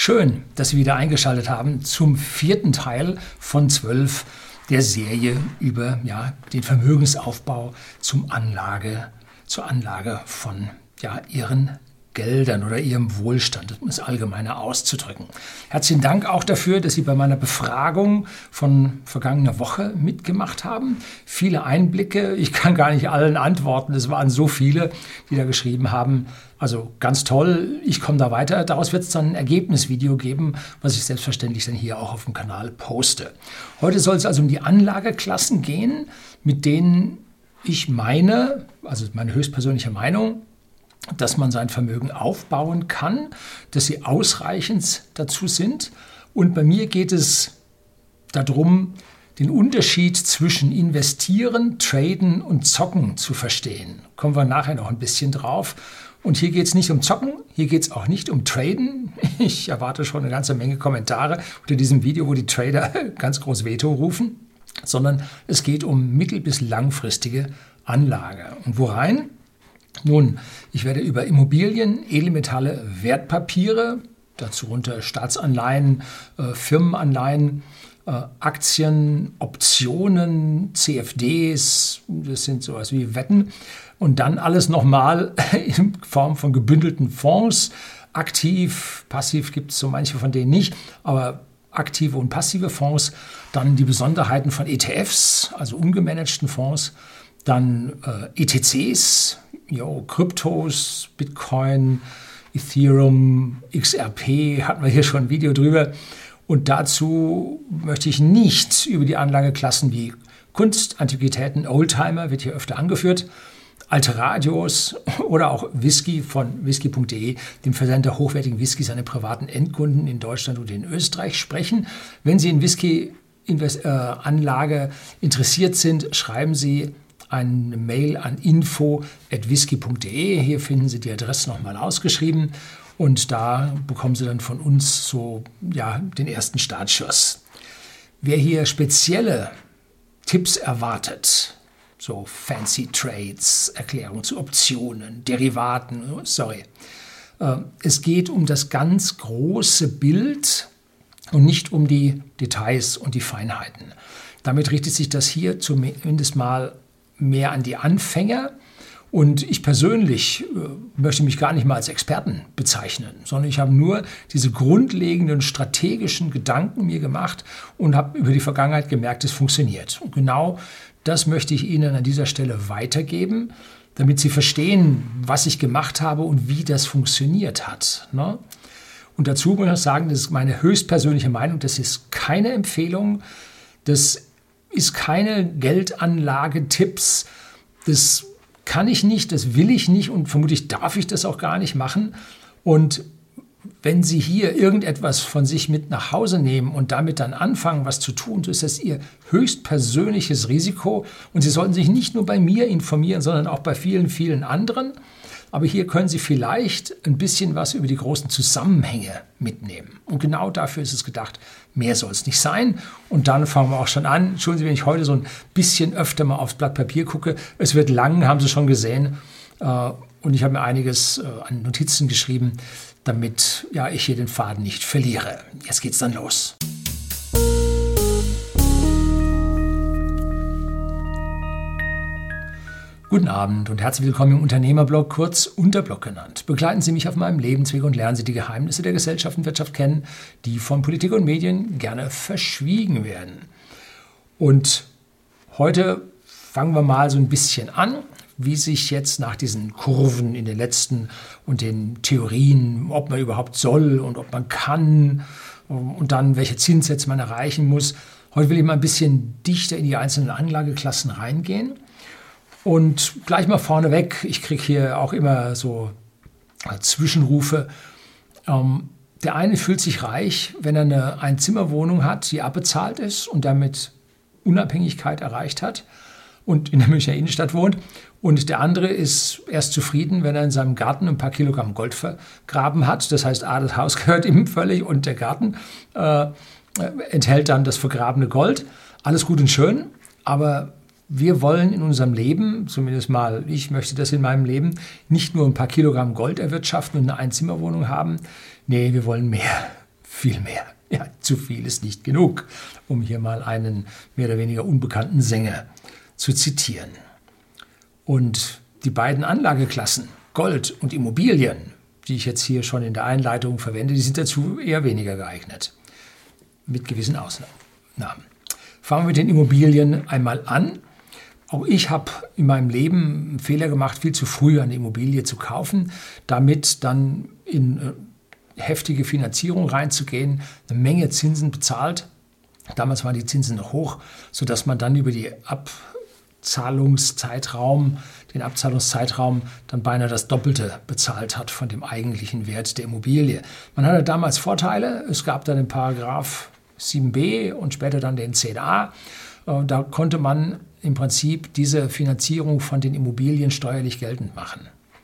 Schön, dass Sie wieder eingeschaltet haben zum 4. Teil von 12 der Serie über den Vermögensaufbau zur Anlage von Ihren Geldern oder Ihrem Wohlstand, um es allgemeiner auszudrücken. Herzlichen Dank auch dafür, dass Sie bei meiner Befragung von vergangener Woche mitgemacht haben. Viele Einblicke, ich kann gar nicht allen antworten, es waren so viele, die da geschrieben haben. Also ganz toll, ich komme da weiter. Daraus wird es dann ein Ergebnisvideo geben, was ich selbstverständlich dann hier auch auf dem Kanal poste. Heute soll es also um die Anlageklassen gehen, mit denen ich meine, also meine höchstpersönliche Meinung, dass man sein Vermögen aufbauen kann, dass sie ausreichend dazu sind. Und bei mir geht es darum, den Unterschied zwischen Investieren, Traden und Zocken zu verstehen. Kommen wir nachher noch ein bisschen drauf. Und hier geht es nicht um Zocken, hier geht es auch nicht um Traden. Ich erwarte schon eine ganze Menge Kommentare unter diesem Video, wo die Trader ganz groß Veto rufen, sondern es geht um mittel- bis langfristige Anlage. Und worein? Nun, ich werde über Immobilien, Edelmetalle, Wertpapiere, dazu unter Staatsanleihen, Firmenanleihen, Aktien, Optionen, CFDs, das sind sowas wie Wetten, und dann alles nochmal in Form von gebündelten Fonds, aktiv, passiv gibt es so manche von denen nicht, aber aktive und passive Fonds, dann die Besonderheiten von ETFs, also ungemanagten Fonds, dann ETCs, Kryptos, Bitcoin, Ethereum, XRP, hatten wir hier schon ein Video drüber. Und dazu möchte ich nicht über die Anlageklassen wie Kunst, Antiquitäten, Oldtimer, wird hier öfter angeführt, alte Radios oder auch Whisky von whisky.de, dem Versender hochwertigen Whiskys an den privaten Endkunden in Deutschland und in Österreich sprechen. Wenn Sie in Whisky-Anlage interessiert sind, schreiben Sie eine Mail an info@whisky.de. Hier finden Sie die Adresse nochmal ausgeschrieben und da bekommen Sie dann von uns den ersten Startschuss. Wer hier spezielle Tipps erwartet, so fancy Trades, Erklärungen zu Optionen, Derivaten, es geht um das ganz große Bild und nicht um die Details und die Feinheiten. Damit richtet sich das hier zumindest mal mehr an die Anfänger, und ich persönlich möchte mich gar nicht mal als Experten bezeichnen, sondern ich habe nur diese grundlegenden strategischen Gedanken mir gemacht und habe über die Vergangenheit gemerkt, es funktioniert. Und genau das möchte ich Ihnen an dieser Stelle weitergeben, damit Sie verstehen, was ich gemacht habe und wie das funktioniert hat. Und dazu muss ich sagen, das ist meine höchstpersönliche Meinung, das ist keine Empfehlung, das ist keine Geldanlagetipps, das kann ich nicht, das will ich nicht und vermutlich darf ich das auch gar nicht machen. Und wenn Sie hier irgendetwas von sich mit nach Hause nehmen und damit dann anfangen, was zu tun, so ist das Ihr höchstpersönliches Risiko. Und Sie sollten sich nicht nur bei mir informieren, sondern auch bei vielen, vielen anderen. Aber hier können Sie vielleicht ein bisschen was über die großen Zusammenhänge mitnehmen. Und genau dafür ist es gedacht. Mehr soll es nicht sein. Und dann fangen wir auch schon an. Entschuldigen Sie, wenn ich heute so ein bisschen öfter mal aufs Blatt Papier gucke. Es wird lang, haben Sie schon gesehen. Und ich habe mir einiges an Notizen geschrieben, damit ich hier den Faden nicht verliere. Jetzt geht's dann los. Guten Abend und herzlich willkommen im Unternehmerblog, kurz Unterblog genannt. Begleiten Sie mich auf meinem Lebensweg und lernen Sie die Geheimnisse der Gesellschaft und Wirtschaft kennen, die von Politik und Medien gerne verschwiegen werden. Und heute fangen wir mal so ein bisschen an, wie sich jetzt nach diesen Kurven in den letzten und den Theorien, ob man überhaupt soll und ob man kann und dann welche Zinssätze man erreichen muss. Heute will ich mal ein bisschen dichter in die einzelnen Anlageklassen reingehen. Und gleich mal vorneweg, ich kriege hier auch immer so Zwischenrufe. Der eine fühlt sich reich, wenn er eine Einzimmerwohnung hat, die abbezahlt ist und damit Unabhängigkeit erreicht hat und in der Münchner Innenstadt wohnt. Und der andere ist erst zufrieden, wenn er in seinem Garten ein paar Kilogramm Gold vergraben hat. Das heißt, das Haus gehört ihm völlig und der Garten enthält dann das vergrabene Gold. Alles gut und schön, aber wir wollen in unserem Leben, zumindest mal ich möchte das in meinem Leben, nicht nur ein paar Kilogramm Gold erwirtschaften und eine Einzimmerwohnung haben. Nee, wir wollen mehr. viel mehr. Ja, zu viel ist nicht genug, um hier mal einen mehr oder weniger unbekannten Sänger zu zitieren. Und die beiden Anlageklassen, Gold und Immobilien, die ich jetzt hier schon in der Einleitung verwende, die sind dazu eher weniger geeignet, mit gewissen Ausnahmen. Fangen wir mit den Immobilien einmal an. Auch ich habe in meinem Leben einen Fehler gemacht, viel zu früh eine Immobilie zu kaufen, damit dann in heftige Finanzierung reinzugehen, eine Menge Zinsen bezahlt. Damals waren die Zinsen noch hoch, sodass man dann über den Abzahlungszeitraum dann beinahe das Doppelte bezahlt hat von dem eigentlichen Wert der Immobilie. Man hatte damals Vorteile. Es gab dann den Paragraph 7b und später dann den 10a. Da konnte man im Prinzip diese Finanzierung von den Immobilien steuerlich geltend machen.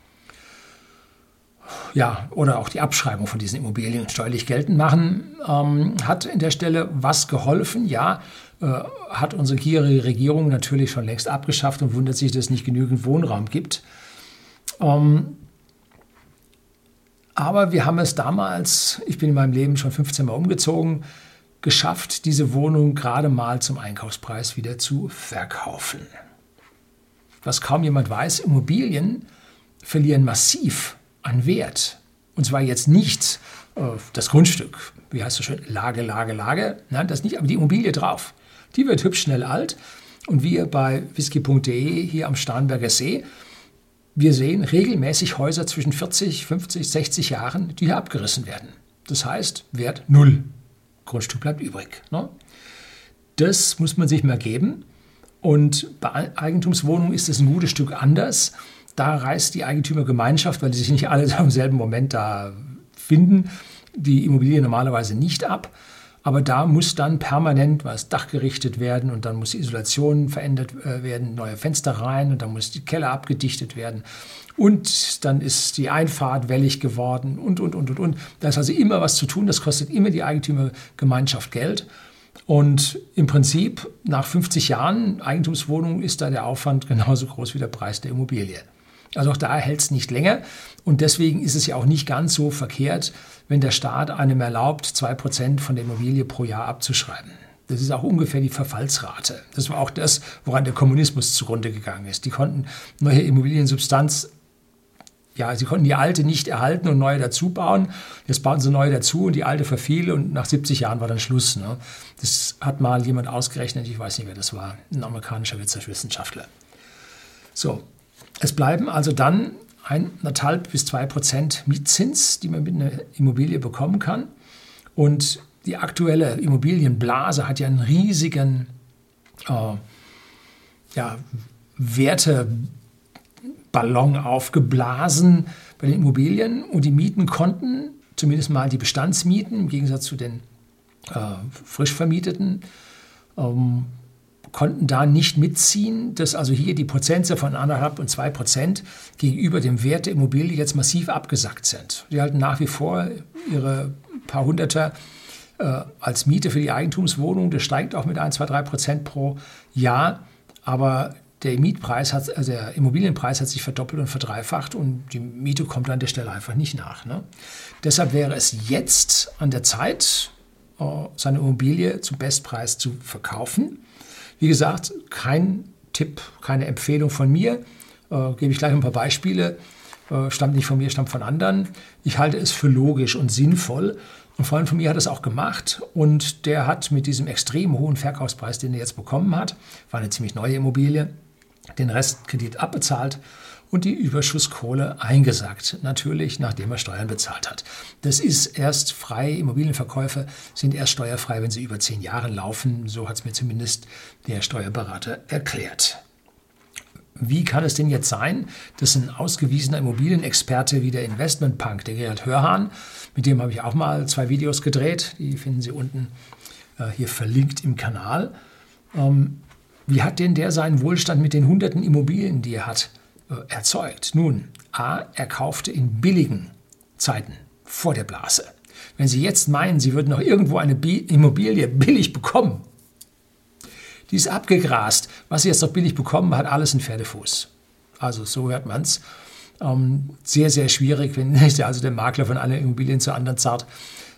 Ja, oder auch die Abschreibung von diesen Immobilien steuerlich geltend machen, hat in der Stelle was geholfen. Ja, hat unsere gierige Regierung natürlich schon längst abgeschafft und wundert sich, dass es nicht genügend Wohnraum gibt. Aber wir haben es damals, ich bin in meinem Leben schon 15 Mal umgezogen, geschafft, diese Wohnung gerade mal zum Einkaufspreis wieder zu verkaufen. Was kaum jemand weiß, Immobilien verlieren massiv an Wert. Und zwar jetzt nicht das Grundstück, wie heißt das schön, Lage, nein, das nicht, aber die Immobilie drauf. Die wird hübsch schnell alt und wir bei whisky.de hier am Starnberger See, wir sehen regelmäßig Häuser zwischen 40, 50, 60 Jahren, die hier abgerissen werden. Das heißt, Wert 0. Grundstück bleibt übrig. Ne? Das muss man sich mal geben. Und bei Eigentumswohnungen ist es ein gutes Stück anders. Da reißt die Eigentümergemeinschaft, weil die sich nicht alle im selben Moment da finden, die Immobilie normalerweise nicht ab. Aber da muss dann permanent das Dach gerichtet werden und dann muss die Isolation verändert werden, neue Fenster rein und dann muss die Keller abgedichtet werden. Und dann ist die Einfahrt wellig geworden und. Da ist also immer was zu tun, das kostet immer die Eigentümergemeinschaft Geld. Und im Prinzip nach 50 Jahren Eigentumswohnung ist da der Aufwand genauso groß wie der Preis der Immobilie. Also auch da hält es nicht länger und deswegen ist es ja auch nicht ganz so verkehrt, wenn der Staat einem erlaubt, 2% von der Immobilie pro Jahr abzuschreiben. Das ist auch ungefähr die Verfallsrate. Das war auch das, woran der Kommunismus zugrunde gegangen ist. Die konnten neue Immobiliensubstanz, ja, sie konnten die alte nicht erhalten und neue dazu bauen. Jetzt bauen sie neue dazu und die alte verfiel und nach 70 Jahren war dann Schluss. Ne? Das hat mal jemand ausgerechnet, ich weiß nicht, wer das war, ein amerikanischer Wirtschaftswissenschaftler. So, es bleiben also dann 1,5 bis 2% Mietzins, die man mit einer Immobilie bekommen kann. Und die aktuelle Immobilienblase hat ja einen riesigen Werteballon aufgeblasen bei den Immobilien. Und die Mieten konnten, zumindest mal die Bestandsmieten, im Gegensatz zu den frisch vermieteten, konnten da nicht mitziehen, dass also hier die Prozentsätze von 1,5 und 2% gegenüber dem Wert der Immobilie jetzt massiv abgesackt sind. Die halten nach wie vor ihre paar Hunderter als Miete für die Eigentumswohnung. Das steigt auch mit 1, 2, 3% pro Jahr, aber der Immobilienpreis hat sich verdoppelt und verdreifacht und die Miete kommt an der Stelle einfach nicht nach. Ne? Deshalb wäre es jetzt an der Zeit, seine Immobilie zum Bestpreis zu verkaufen. Wie gesagt, kein Tipp, keine Empfehlung von mir. Gebe ich gleich ein paar Beispiele. Stammt nicht von mir, stammt von anderen. Ich halte es für logisch und sinnvoll. Und vor allem von mir hat es auch gemacht. Und der hat mit diesem extrem hohen Verkaufspreis, den er jetzt bekommen hat, war eine ziemlich neue Immobilie, den Restkredit abbezahlt und die Überschusskohle eingesackt. Natürlich, nachdem er Steuern bezahlt hat. Das ist erst frei. Immobilienverkäufe sind erst steuerfrei, wenn sie über 10 Jahre laufen. So hat es mir zumindest der Steuerberater erklärt. Wie kann es denn jetzt sein, dass ein ausgewiesener Immobilienexperte wie der Investmentpunk, der Gerhard Hörhan, mit dem habe ich auch mal 2 Videos gedreht, die finden Sie unten hier verlinkt im Kanal. Wie hat denn der seinen Wohlstand mit den hunderten Immobilien, die er hat, erzeugt? Nun, er kaufte in billigen Zeiten vor der Blase. Wenn Sie jetzt meinen, Sie würden noch irgendwo eine Immobilie billig bekommen, die ist abgegrast. Was Sie jetzt noch billig bekommen, hat alles einen Pferdefuß. Also so hört man es. Sehr, sehr schwierig, wenn also der Makler von einer Immobilien zur anderen zahlt.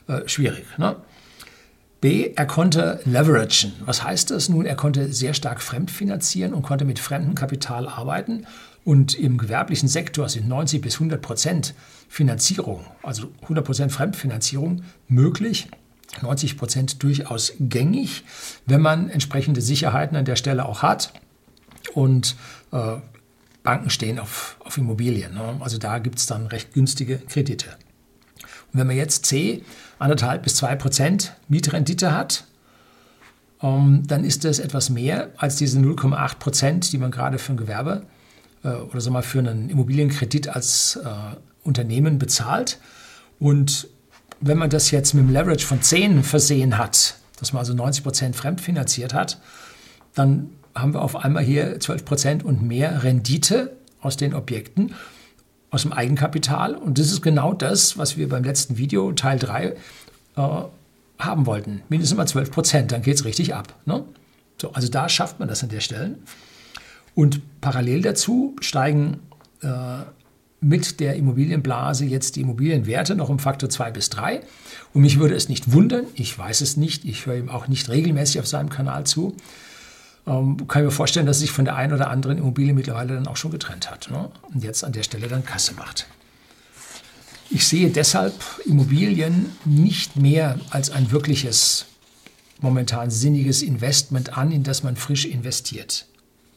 schwierig. Ne? B, er konnte leveragen. Was heißt das? Nun, er konnte sehr stark fremdfinanzieren und konnte mit fremdem Kapital arbeiten. Und im gewerblichen Sektor sind 90 bis 100% Finanzierung, also 100% Fremdfinanzierung möglich, 90% durchaus gängig, wenn man entsprechende Sicherheiten an der Stelle auch hat. Und Banken stehen auf Immobilien. Ne? Also da gibt es dann recht günstige Kredite. Und wenn man jetzt C, 1,5 bis 2% Mietrendite hat, dann ist das etwas mehr als diese 0,8%, die man gerade für ein Gewerbe oder sagen wir mal für einen Immobilienkredit als Unternehmen bezahlt. Und wenn man das jetzt mit einem Leverage von 10 versehen hat, dass man also 90% fremdfinanziert hat, dann haben wir auf einmal hier 12% und mehr Rendite aus den Objekten, aus dem Eigenkapital. Und das ist genau das, was wir beim letzten Video, Teil 3, haben wollten. Mindestens mal 12%, dann geht es richtig ab. Ne? So, also da schafft man das an der Stelle. Und parallel dazu steigen mit der Immobilienblase jetzt die Immobilienwerte noch um Faktor 2 bis 3. Und mich würde es nicht wundern, ich weiß es nicht, ich höre ihm auch nicht regelmäßig auf seinem Kanal zu, kann ich mir vorstellen, dass er sich von der einen oder anderen Immobilie mittlerweile dann auch schon getrennt hat, ne? Und jetzt an der Stelle dann Kasse macht. Ich sehe deshalb Immobilien nicht mehr als ein wirkliches, momentan sinniges Investment an, in das man frisch investiert.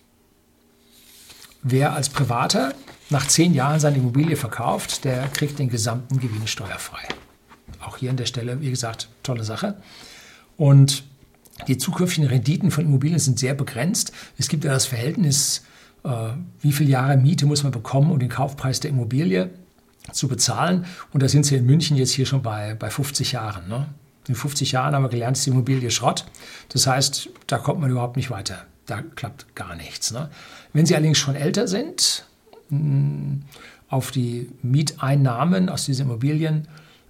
Wer als Privater nach 10 Jahren seine Immobilie verkauft, der kriegt den gesamten Gewinn steuerfrei. Auch hier an der Stelle, wie gesagt, tolle Sache. Und die zukünftigen Renditen von Immobilien sind sehr begrenzt. Es gibt ja das Verhältnis, wie viele Jahre Miete muss man bekommen, um den Kaufpreis der Immobilie zu bezahlen. Und da sind sie in München jetzt hier schon bei 50 Jahren. Ne? In 50 Jahren haben wir gelernt, ist die Immobilie Schrott. Das heißt, da kommt man überhaupt nicht weiter. Da klappt gar nichts. Ne? Wenn sie allerdings schon älter sind, auf die Mieteinnahmen aus diesen Immobilien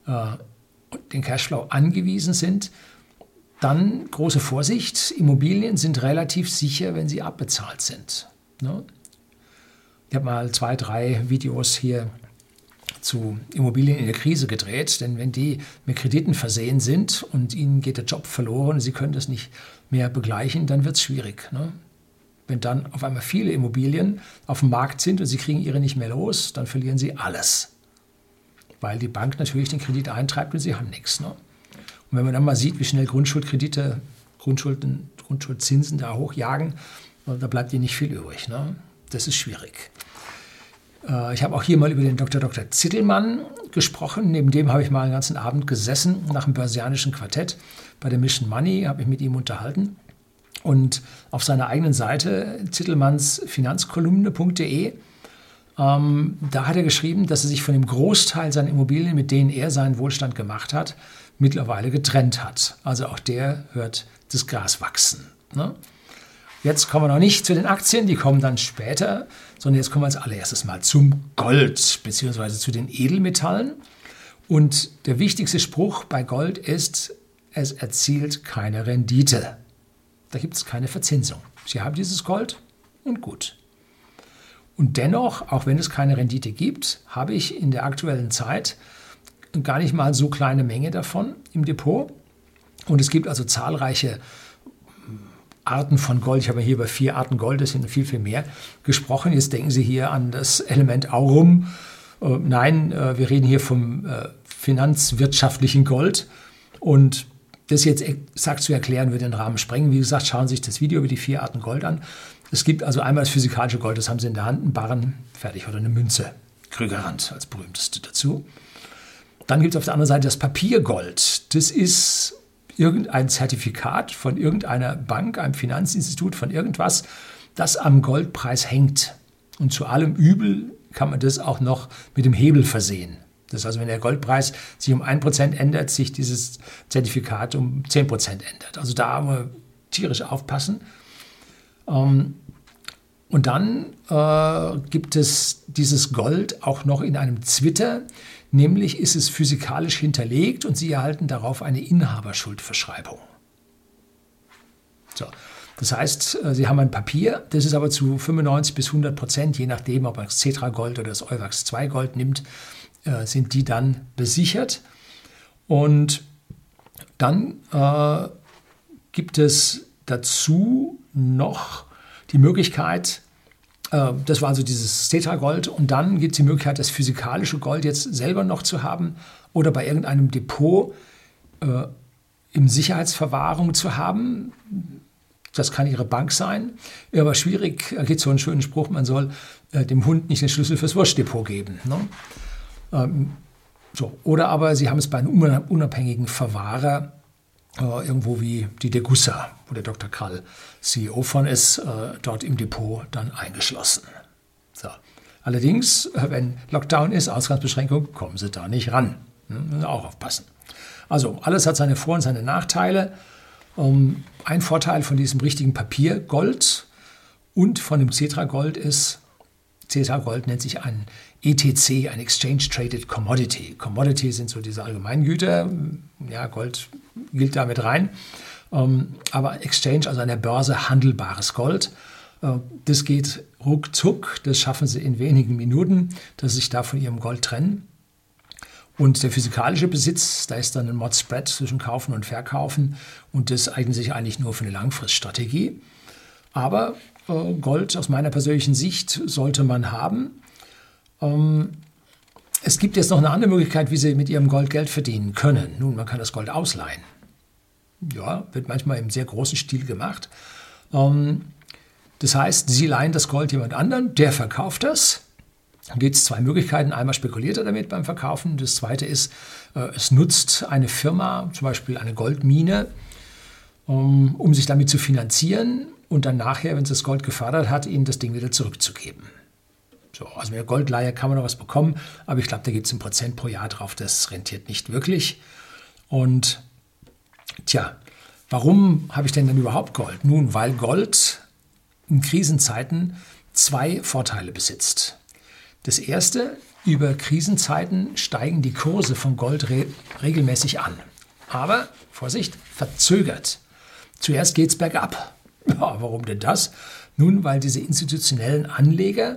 und den Cashflow angewiesen sind, dann große Vorsicht, Immobilien sind relativ sicher, wenn sie abbezahlt sind. Ne? Ich habe mal 2, 3 Videos hier zu Immobilien in der Krise gedreht, denn wenn die mit Krediten versehen sind und ihnen geht der Job verloren und sie können das nicht mehr begleichen, dann wird es schwierig. Ne? Wenn dann auf einmal viele Immobilien auf dem Markt sind und sie kriegen ihre nicht mehr los, dann verlieren sie alles. Weil die Bank natürlich den Kredit eintreibt und sie haben nichts. Ne? Und wenn man dann mal sieht, wie schnell Grundschulkredite, Grundschulzinsen da hochjagen, da bleibt ihnen nicht viel übrig. Ne? Das ist schwierig. Ich habe auch hier mal über den Dr. Zittelmann gesprochen. Neben dem habe ich mal einen ganzen Abend gesessen, nach dem Börsianischen Quartett bei der Mission Money, habe ich mit ihm unterhalten. Und auf seiner eigenen Seite, zittelmannsfinanzkolumne.de, da hat er geschrieben, dass er sich von dem Großteil seiner Immobilien, mit denen er seinen Wohlstand gemacht hat, mittlerweile getrennt hat. Also auch der hört das Gras wachsen. Ne? Jetzt kommen wir noch nicht zu den Aktien, die kommen dann später, sondern jetzt kommen wir als allererstes mal zum Gold bzw. zu den Edelmetallen. Und der wichtigste Spruch bei Gold ist, es erzielt keine Rendite. Da gibt es keine Verzinsung. Sie haben dieses Gold und gut. Und dennoch, auch wenn es keine Rendite gibt, habe ich in der aktuellen Zeit gar nicht mal so kleine Menge davon im Depot. Und es gibt also zahlreiche Arten von Gold. Ich habe hier über 4 Arten Gold, das sind viel, viel mehr, gesprochen. Jetzt denken Sie hier an das Element Aurum. Nein, wir reden hier vom finanzwirtschaftlichen Gold. Und das jetzt exakt zu erklären, würde den Rahmen sprengen. Wie gesagt, schauen Sie sich das Video über die 4 Arten Gold an. Es gibt also einmal das physikalische Gold, das haben Sie in der Hand, einen Barren, fertig, oder eine Münze. Krügerrand als berühmteste dazu. Dann gibt es auf der anderen Seite das Papiergold. Das ist irgendein Zertifikat von irgendeiner Bank, einem Finanzinstitut, von irgendwas, das am Goldpreis hängt. Und zu allem Übel kann man das auch noch mit dem Hebel versehen. Das ist also, wenn der Goldpreis sich um 1% ändert, sich dieses Zertifikat um 10% ändert. Also da muss man tierisch aufpassen. Und dann gibt es dieses Gold auch noch in einem Zwitter, nämlich ist es physikalisch hinterlegt und Sie erhalten darauf eine Inhaberschuldverschreibung. So. Das heißt, Sie haben ein Papier, das ist aber zu 95 bis 100%, je nachdem, ob man das Cetra Gold oder das Euwax 2 Gold nimmt, sind die dann besichert. Und Dann gibt es dazu noch die Möglichkeit, das war also dieses Tetragold, und dann gibt es die Möglichkeit, das physikalische Gold jetzt selber noch zu haben oder bei irgendeinem Depot in Sicherheitsverwahrung zu haben. Das kann Ihre Bank sein. Aber schwierig, da gibt es so einen schönen Spruch, man soll dem Hund nicht den Schlüssel fürs Wurstdepot geben. Ne? So. Oder aber Sie haben es bei einem unabhängigen Verwahrer, irgendwo wie die Degussa, wo der Dr. Krall CEO von ist, dort im Depot dann eingeschlossen. So. Allerdings, wenn Lockdown ist, Ausgangsbeschränkung, kommen Sie da nicht ran. Müssen Sie auch aufpassen. Also alles hat seine Vor- und seine Nachteile. Ein Vorteil von diesem richtigen Papiergold und von dem Tetragold ist, Tetragold nennt sich ein ETC, ein Exchange Traded Commodity. Commodity sind so diese Allgemeingüter, ja, Gold gilt damit rein, aber Exchange, also an der Börse handelbares Gold, das geht ruckzuck, das schaffen Sie in wenigen Minuten, dass Sie sich da von Ihrem Gold trennen. Und der physikalische Besitz, da ist dann ein Mod-Spread zwischen Kaufen und Verkaufen, und das eignet sich eigentlich nur für eine Langfriststrategie. Aber Gold aus meiner persönlichen Sicht sollte man haben. Es gibt jetzt noch eine andere Möglichkeit, wie Sie mit Ihrem Gold Geld verdienen können. Nun, man kann das Gold ausleihen. Ja, wird manchmal im sehr großen Stil gemacht. Das heißt, Sie leihen das Gold jemand anderen, der verkauft das. Dann gibt es zwei Möglichkeiten. Einmal spekuliert er damit beim Verkaufen. Das zweite ist, es nutzt eine Firma, zum Beispiel eine Goldmine, um sich damit zu finanzieren und dann nachher, wenn es das Gold gefördert hat, ihnen das Ding wieder zurückzugeben. So, also mit der Goldleihe kann man noch was bekommen, aber ich glaube, da gibt es 1% pro Jahr drauf. Das rentiert nicht wirklich. Und tja, warum habe ich denn dann überhaupt Gold? Nun, weil Gold in Krisenzeiten zwei Vorteile besitzt. Das erste, über Krisenzeiten steigen die Kurse von Gold regelmäßig an. Aber, Vorsicht, verzögert. Zuerst geht es bergab. Ja, warum denn das? Nun, weil diese institutionellen Anleger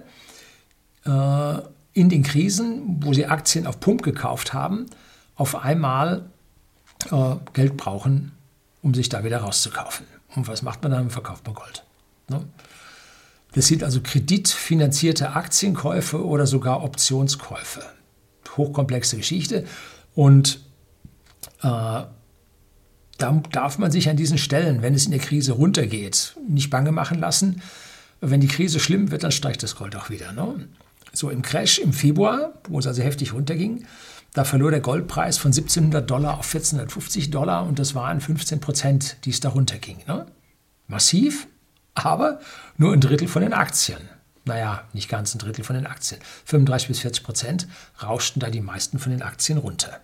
in den Krisen, wo sie Aktien auf Pump gekauft haben, auf einmal Geld brauchen, um sich da wieder rauszukaufen. Und was macht man dann? Verkauft man Gold. Ne? Das sind also kreditfinanzierte Aktienkäufe oder sogar Optionskäufe. Hochkomplexe Geschichte. Und da darf man sich an diesen Stellen, wenn es in der Krise runtergeht, nicht bange machen lassen. Wenn die Krise schlimm wird, dann steigt das Gold auch wieder. Ne? So im Crash im Februar, wo es also heftig runterging, da verlor der Goldpreis von $1.700 auf $1.450 und das waren 15%, die es da runterging. Ne? Massiv, aber nur ein Drittel von den Aktien. Naja, nicht ganz ein Drittel von den Aktien. 35-40% rauschten da die meisten von den Aktien runter.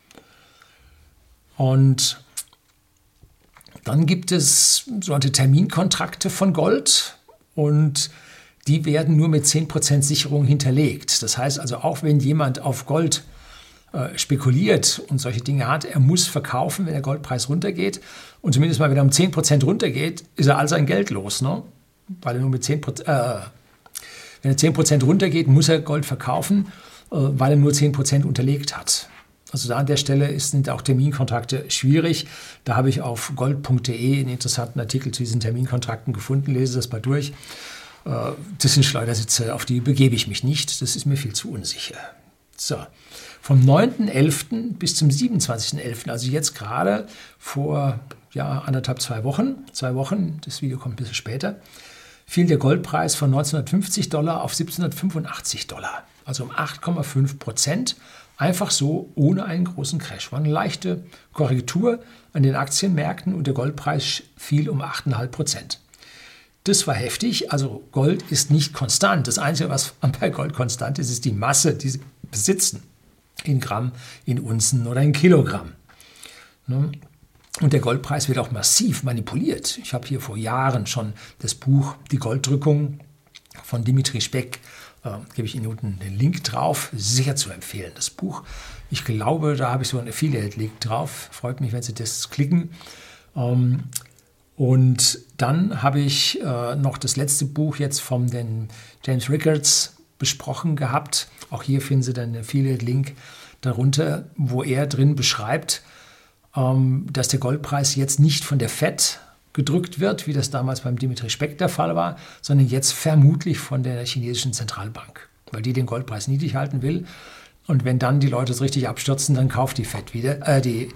Und dann gibt es sogenannte Terminkontrakte von Gold und die werden nur mit 10% Sicherung hinterlegt. Das heißt also, auch wenn jemand auf Gold spekuliert und solche Dinge hat, er muss verkaufen, wenn der Goldpreis runtergeht. Und zumindest mal, wenn er um 10% runtergeht, ist er all sein Geld los. Ne? Weil er nur mit 10%, wenn er 10% runtergeht, muss er Gold verkaufen, weil er nur 10% unterlegt hat. Also da an der Stelle sind auch Terminkontrakte schwierig. Da habe ich auf gold.de einen interessanten Artikel zu diesen Terminkontrakten gefunden. Lese das mal durch. Das sind Schleudersitze, auf die begebe ich mich nicht. Das ist mir viel zu unsicher. So, vom 9.11. bis zum 27.11., also jetzt gerade vor 2 Wochen, das Video kommt ein bisschen später, fiel der Goldpreis von $1950 auf $1785, also um 8,5%. Einfach so, ohne einen großen Crash. War eine leichte Korrektur an den Aktienmärkten und der Goldpreis fiel um 8,5%. Das war heftig. Also Gold ist nicht konstant. Das Einzige, was bei Gold konstant ist, ist die Masse, die sie besitzen. In Gramm, in Unzen oder in Kilogramm. Und der Goldpreis wird auch massiv manipuliert. Ich habe hier vor Jahren schon das Buch Die Golddrückung von Dimitri Speck, gebe ich Ihnen unten den Link drauf, sehr zu empfehlen, das Buch. Ich glaube, da habe ich so einen Affiliate-Link drauf. Freut mich, wenn Sie das klicken. Und dann habe ich noch das letzte Buch jetzt von den James Rickards besprochen gehabt. Auch hier finden Sie dann einen Affiliate-Link darunter, wo er drin beschreibt, dass der Goldpreis jetzt nicht von der FED gedrückt wird, wie das damals beim Dimitri Speck der Fall war, sondern jetzt vermutlich von der chinesischen Zentralbank, weil die den Goldpreis niedrig halten will. Und wenn dann die Leute es richtig abstürzen, dann kauft die FED wieder, die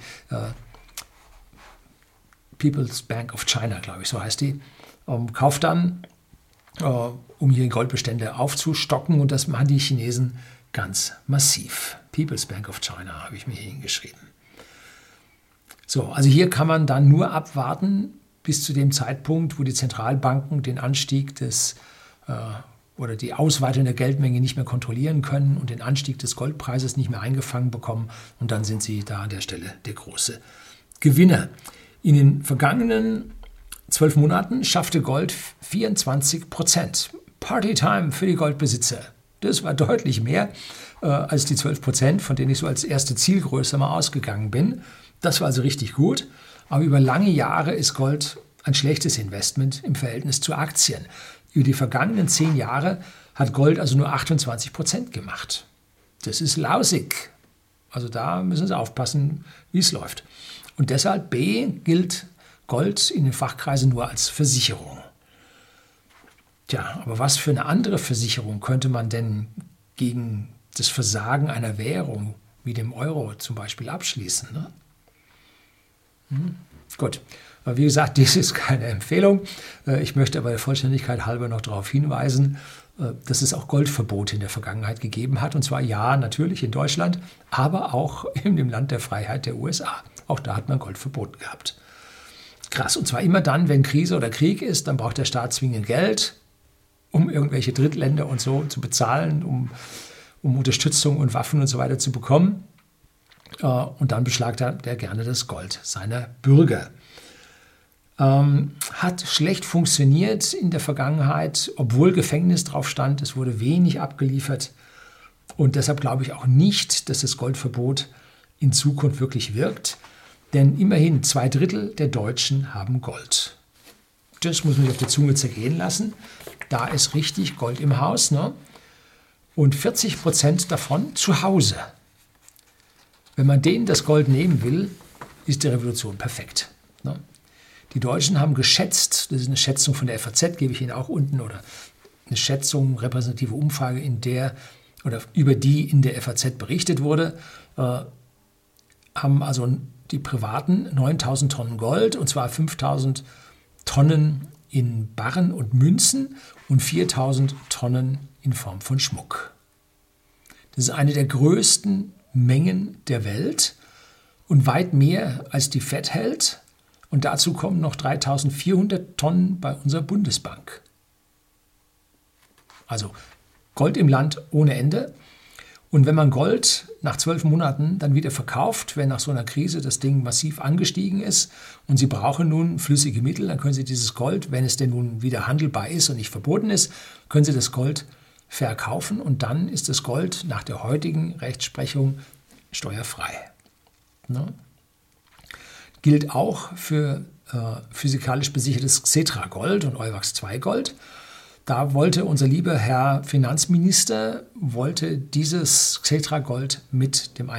People's Bank of China, glaube ich, so heißt die, kauft dann, um ihre Goldbestände aufzustocken, und das machen die Chinesen ganz massiv. People's Bank of China habe ich mir hier hingeschrieben. So, also hier kann man dann nur abwarten bis zu dem Zeitpunkt, wo die Zentralbanken den Anstieg des oder die Ausweitung der Geldmenge nicht mehr kontrollieren können und den Anstieg des Goldpreises nicht mehr eingefangen bekommen. Und dann sind sie da an der Stelle der große Gewinner. In den vergangenen 12 Monaten schaffte Gold 24%. Partytime für die Goldbesitzer. Das war deutlich mehr als die 12%, von denen ich so als erste Zielgröße mal ausgegangen bin. Das war also richtig gut. Aber über lange Jahre ist Gold ein schlechtes Investment im Verhältnis zu Aktien. Über die vergangenen 10 Jahre hat Gold also nur 28% gemacht. Das ist lausig. Also da müssen Sie aufpassen, wie es läuft. Und deshalb B gilt Gold in den Fachkreisen nur als Versicherung. Tja, aber was für eine andere Versicherung könnte man denn gegen das Versagen einer Währung wie dem Euro zum Beispiel abschließen? Ne? Gut, aber wie gesagt, dies ist keine Empfehlung. Ich möchte aber der Vollständigkeit halber noch darauf hinweisen, dass es auch Goldverbote in der Vergangenheit gegeben hat. Und zwar ja, natürlich in Deutschland, aber auch in dem Land der Freiheit der USA. Auch da hat man Gold verboten gehabt. Krass, und zwar immer dann, wenn Krise oder Krieg ist, dann braucht der Staat zwingend Geld, um irgendwelche Drittländer und so zu bezahlen, um Unterstützung und Waffen und so weiter zu bekommen. Und dann beschlagnahmt er gerne das Gold seiner Bürger. Hat schlecht funktioniert in der Vergangenheit, obwohl Gefängnis drauf stand. Es wurde wenig abgeliefert. Und deshalb glaube ich auch nicht, dass das Goldverbot in Zukunft wirklich wirkt. Denn immerhin 2/3 der Deutschen haben Gold. Das muss man sich auf der Zunge zergehen lassen. Da ist richtig Gold im Haus. Ne? Und 40% davon zu Hause. Wenn man denen das Gold nehmen will, ist die Revolution perfekt. Ne? Die Deutschen haben geschätzt, das ist eine Schätzung von der FAZ, gebe ich Ihnen auch unten, oder eine Schätzung, repräsentative Umfrage, über die in der FAZ berichtet wurde, haben also die Privaten 9.000 Tonnen Gold, und zwar 5.000 Tonnen in Barren und Münzen und 4.000 Tonnen in Form von Schmuck. Das ist eine der größten Mengen der Welt und weit mehr als die FED hält. Und dazu kommen noch 3.400 Tonnen bei unserer Bundesbank. Also Gold im Land ohne Ende. Und wenn man Gold nach 12 Monaten dann wieder verkauft, wenn nach so einer Krise das Ding massiv angestiegen ist und Sie brauchen nun flüssige Mittel, dann können Sie dieses Gold, wenn es denn nun wieder handelbar ist und nicht verboten ist, können Sie das Gold verkaufen und dann ist das Gold nach der heutigen Rechtsprechung steuerfrei. Ne? Gilt auch für physikalisch besichertes Xetra-Gold und Euwax-2-Gold. Da wollte unser lieber Herr Finanzminister dieses Xetra-Gold mit dem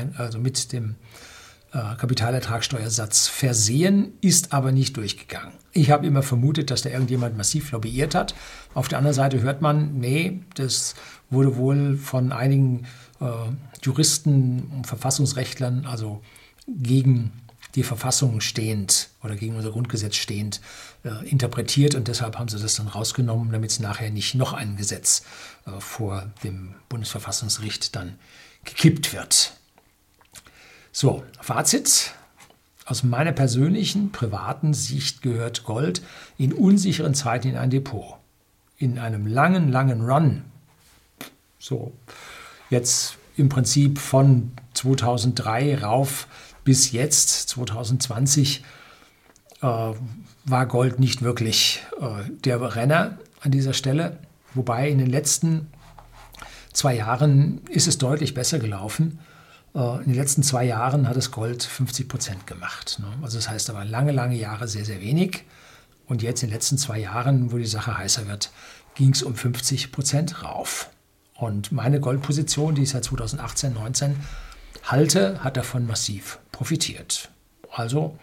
Kapitalertragssteuersatz versehen, ist aber nicht durchgegangen. Ich habe immer vermutet, dass da irgendjemand massiv lobbyiert hat. Auf der anderen Seite hört man, nee, das wurde wohl von einigen Juristen und Verfassungsrechtlern, also gegen die Verfassung stehend oder gegen unser Grundgesetz stehend interpretiert, und deshalb haben sie das dann rausgenommen, damit es nachher nicht noch ein Gesetz vor dem Bundesverfassungsgericht dann gekippt wird. So, Fazit. Aus meiner persönlichen, privaten Sicht gehört Gold in unsicheren Zeiten in ein Depot. In einem langen Run, so jetzt im Prinzip von 2003 rauf bis jetzt, 2020, war Gold nicht wirklich der Renner an dieser Stelle. Wobei in den letzten 2 Jahren ist es deutlich besser gelaufen. In den letzten 2 Jahren hat das Gold 50% gemacht. Ne? Also das heißt aber lange Jahre sehr, sehr wenig. Und jetzt in den letzten 2 Jahren, wo die Sache heißer wird, ging es um 50% rauf. Und meine Goldposition, die ich seit 2018, 2019 halte, hat davon massiv profitiert. Also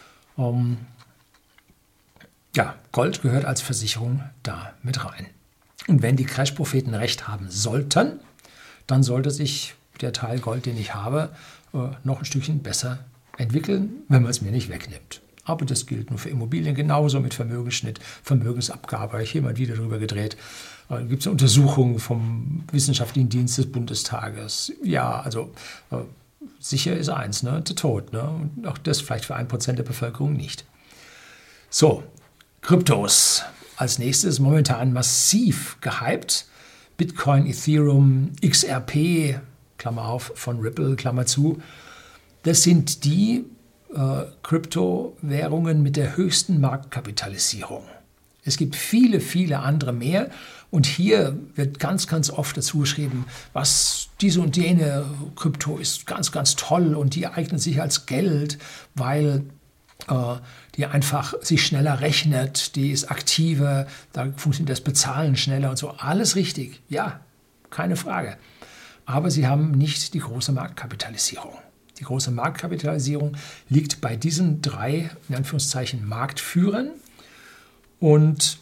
ja, Gold gehört als Versicherung da mit rein. Und wenn die Crash-Propheten recht haben sollten, dann sollte sich der Teil Gold, den ich habe, noch ein Stückchen besser entwickeln, wenn man es mir nicht wegnimmt. Aber das gilt nur für Immobilien, genauso mit Vermögensschnitt, Vermögensabgabe, habe ich hier mal wieder darüber gedreht. Da gibt es eine Untersuchung vom Wissenschaftlichen Dienst des Bundestages. Ja, also sicher ist eins, ne? Der Tod. Ne? Und auch das vielleicht für 1% der Bevölkerung nicht. So, Kryptos. Als nächstes momentan massiv gehypt. Bitcoin, Ethereum, XRP, Klammer auf, von Ripple, Klammer zu. Das sind die Kryptowährungen mit der höchsten Marktkapitalisierung. Es gibt viele, viele andere mehr. Und hier wird ganz, ganz oft dazu geschrieben, was diese und jene Krypto ist ganz, ganz toll und die eignet sich als Geld, weil die einfach sich schneller rechnet, die ist aktiver, da funktioniert das Bezahlen schneller und so. Alles richtig, ja, keine Frage. Aber sie haben nicht die große Marktkapitalisierung. Die große Marktkapitalisierung liegt bei diesen 3, in Anführungszeichen, Marktführern. Und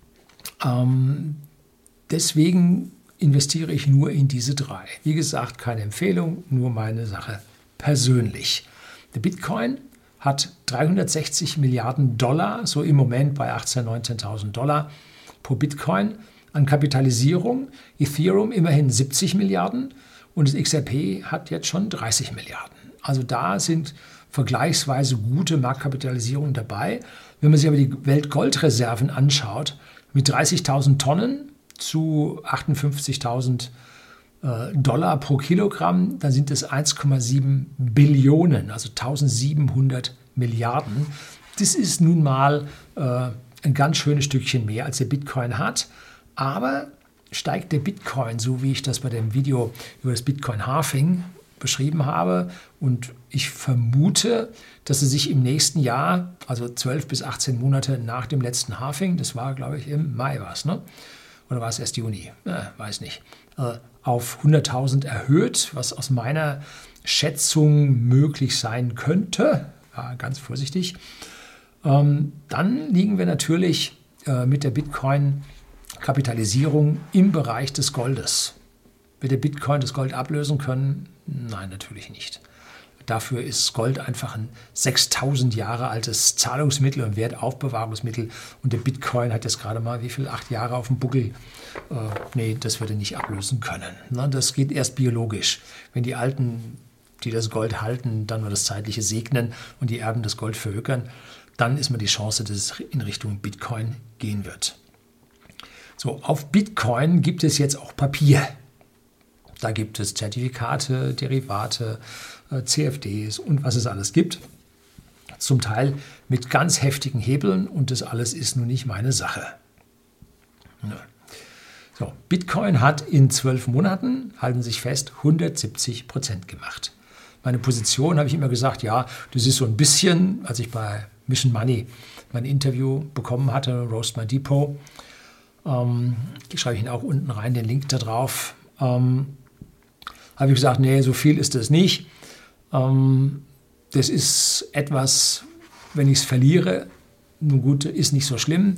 deswegen investiere ich nur in diese 3. Wie gesagt, keine Empfehlung, nur meine Sache persönlich. Der Bitcoin hat 360 Milliarden Dollar, so im Moment bei 18.000, 19.000 Dollar pro Bitcoin an Kapitalisierung. Ethereum immerhin 70 Milliarden und das XRP hat jetzt schon 30 Milliarden. Also da sind vergleichsweise gute Marktkapitalisierungen dabei. Wenn man sich aber die Weltgoldreserven anschaut, mit 30.000 Tonnen zu 58.000 Dollar pro Kilogramm, dann sind es 1,7 Billionen, also 1700 Milliarden. Das ist nun mal ein ganz schönes Stückchen mehr, als der Bitcoin hat. Aber steigt der Bitcoin, so wie ich das bei dem Video über das Bitcoin-Halving beschrieben habe, und ich vermute, dass es sich im nächsten Jahr, also 12 bis 18 Monate nach dem letzten Halving, das war, glaube ich, im Mai war es, ne? Oder war es erst Juni? Weiß nicht. Auf 100.000 erhöht, was aus meiner Schätzung möglich sein könnte, ganz vorsichtig. Dann liegen wir natürlich mit der Bitcoin-Kapitalisierung im Bereich des Goldes. Wird der Bitcoin das Gold ablösen können? Nein, natürlich nicht. Dafür ist Gold einfach ein 6.000 Jahre altes Zahlungsmittel und Wertaufbewahrungsmittel. Und der Bitcoin hat jetzt gerade mal 8 Jahre auf dem Buckel. Nee, das würde nicht ablösen können. Das geht erst biologisch. Wenn die Alten, die das Gold halten, dann nur das Zeitliche segnen und die Erben das Gold verhökern, dann ist mir die Chance, dass es in Richtung Bitcoin gehen wird. So, auf Bitcoin gibt es jetzt auch Papier. Da gibt es Zertifikate, Derivate, CFDs und was es alles gibt. Zum Teil mit ganz heftigen Hebeln und das alles ist nun nicht meine Sache. So, Bitcoin hat in 12 Monaten, halten sich fest, 170% gemacht. Meine Position habe ich immer gesagt, ja, das ist so ein bisschen, als ich bei Mission Money mein Interview bekommen hatte, Roast My Depot, die schreibe ich Ihnen auch unten rein, den Link da drauf, habe ich gesagt, nee, so viel ist das nicht. Das ist etwas, wenn ich es verliere, nun gut, ist nicht so schlimm.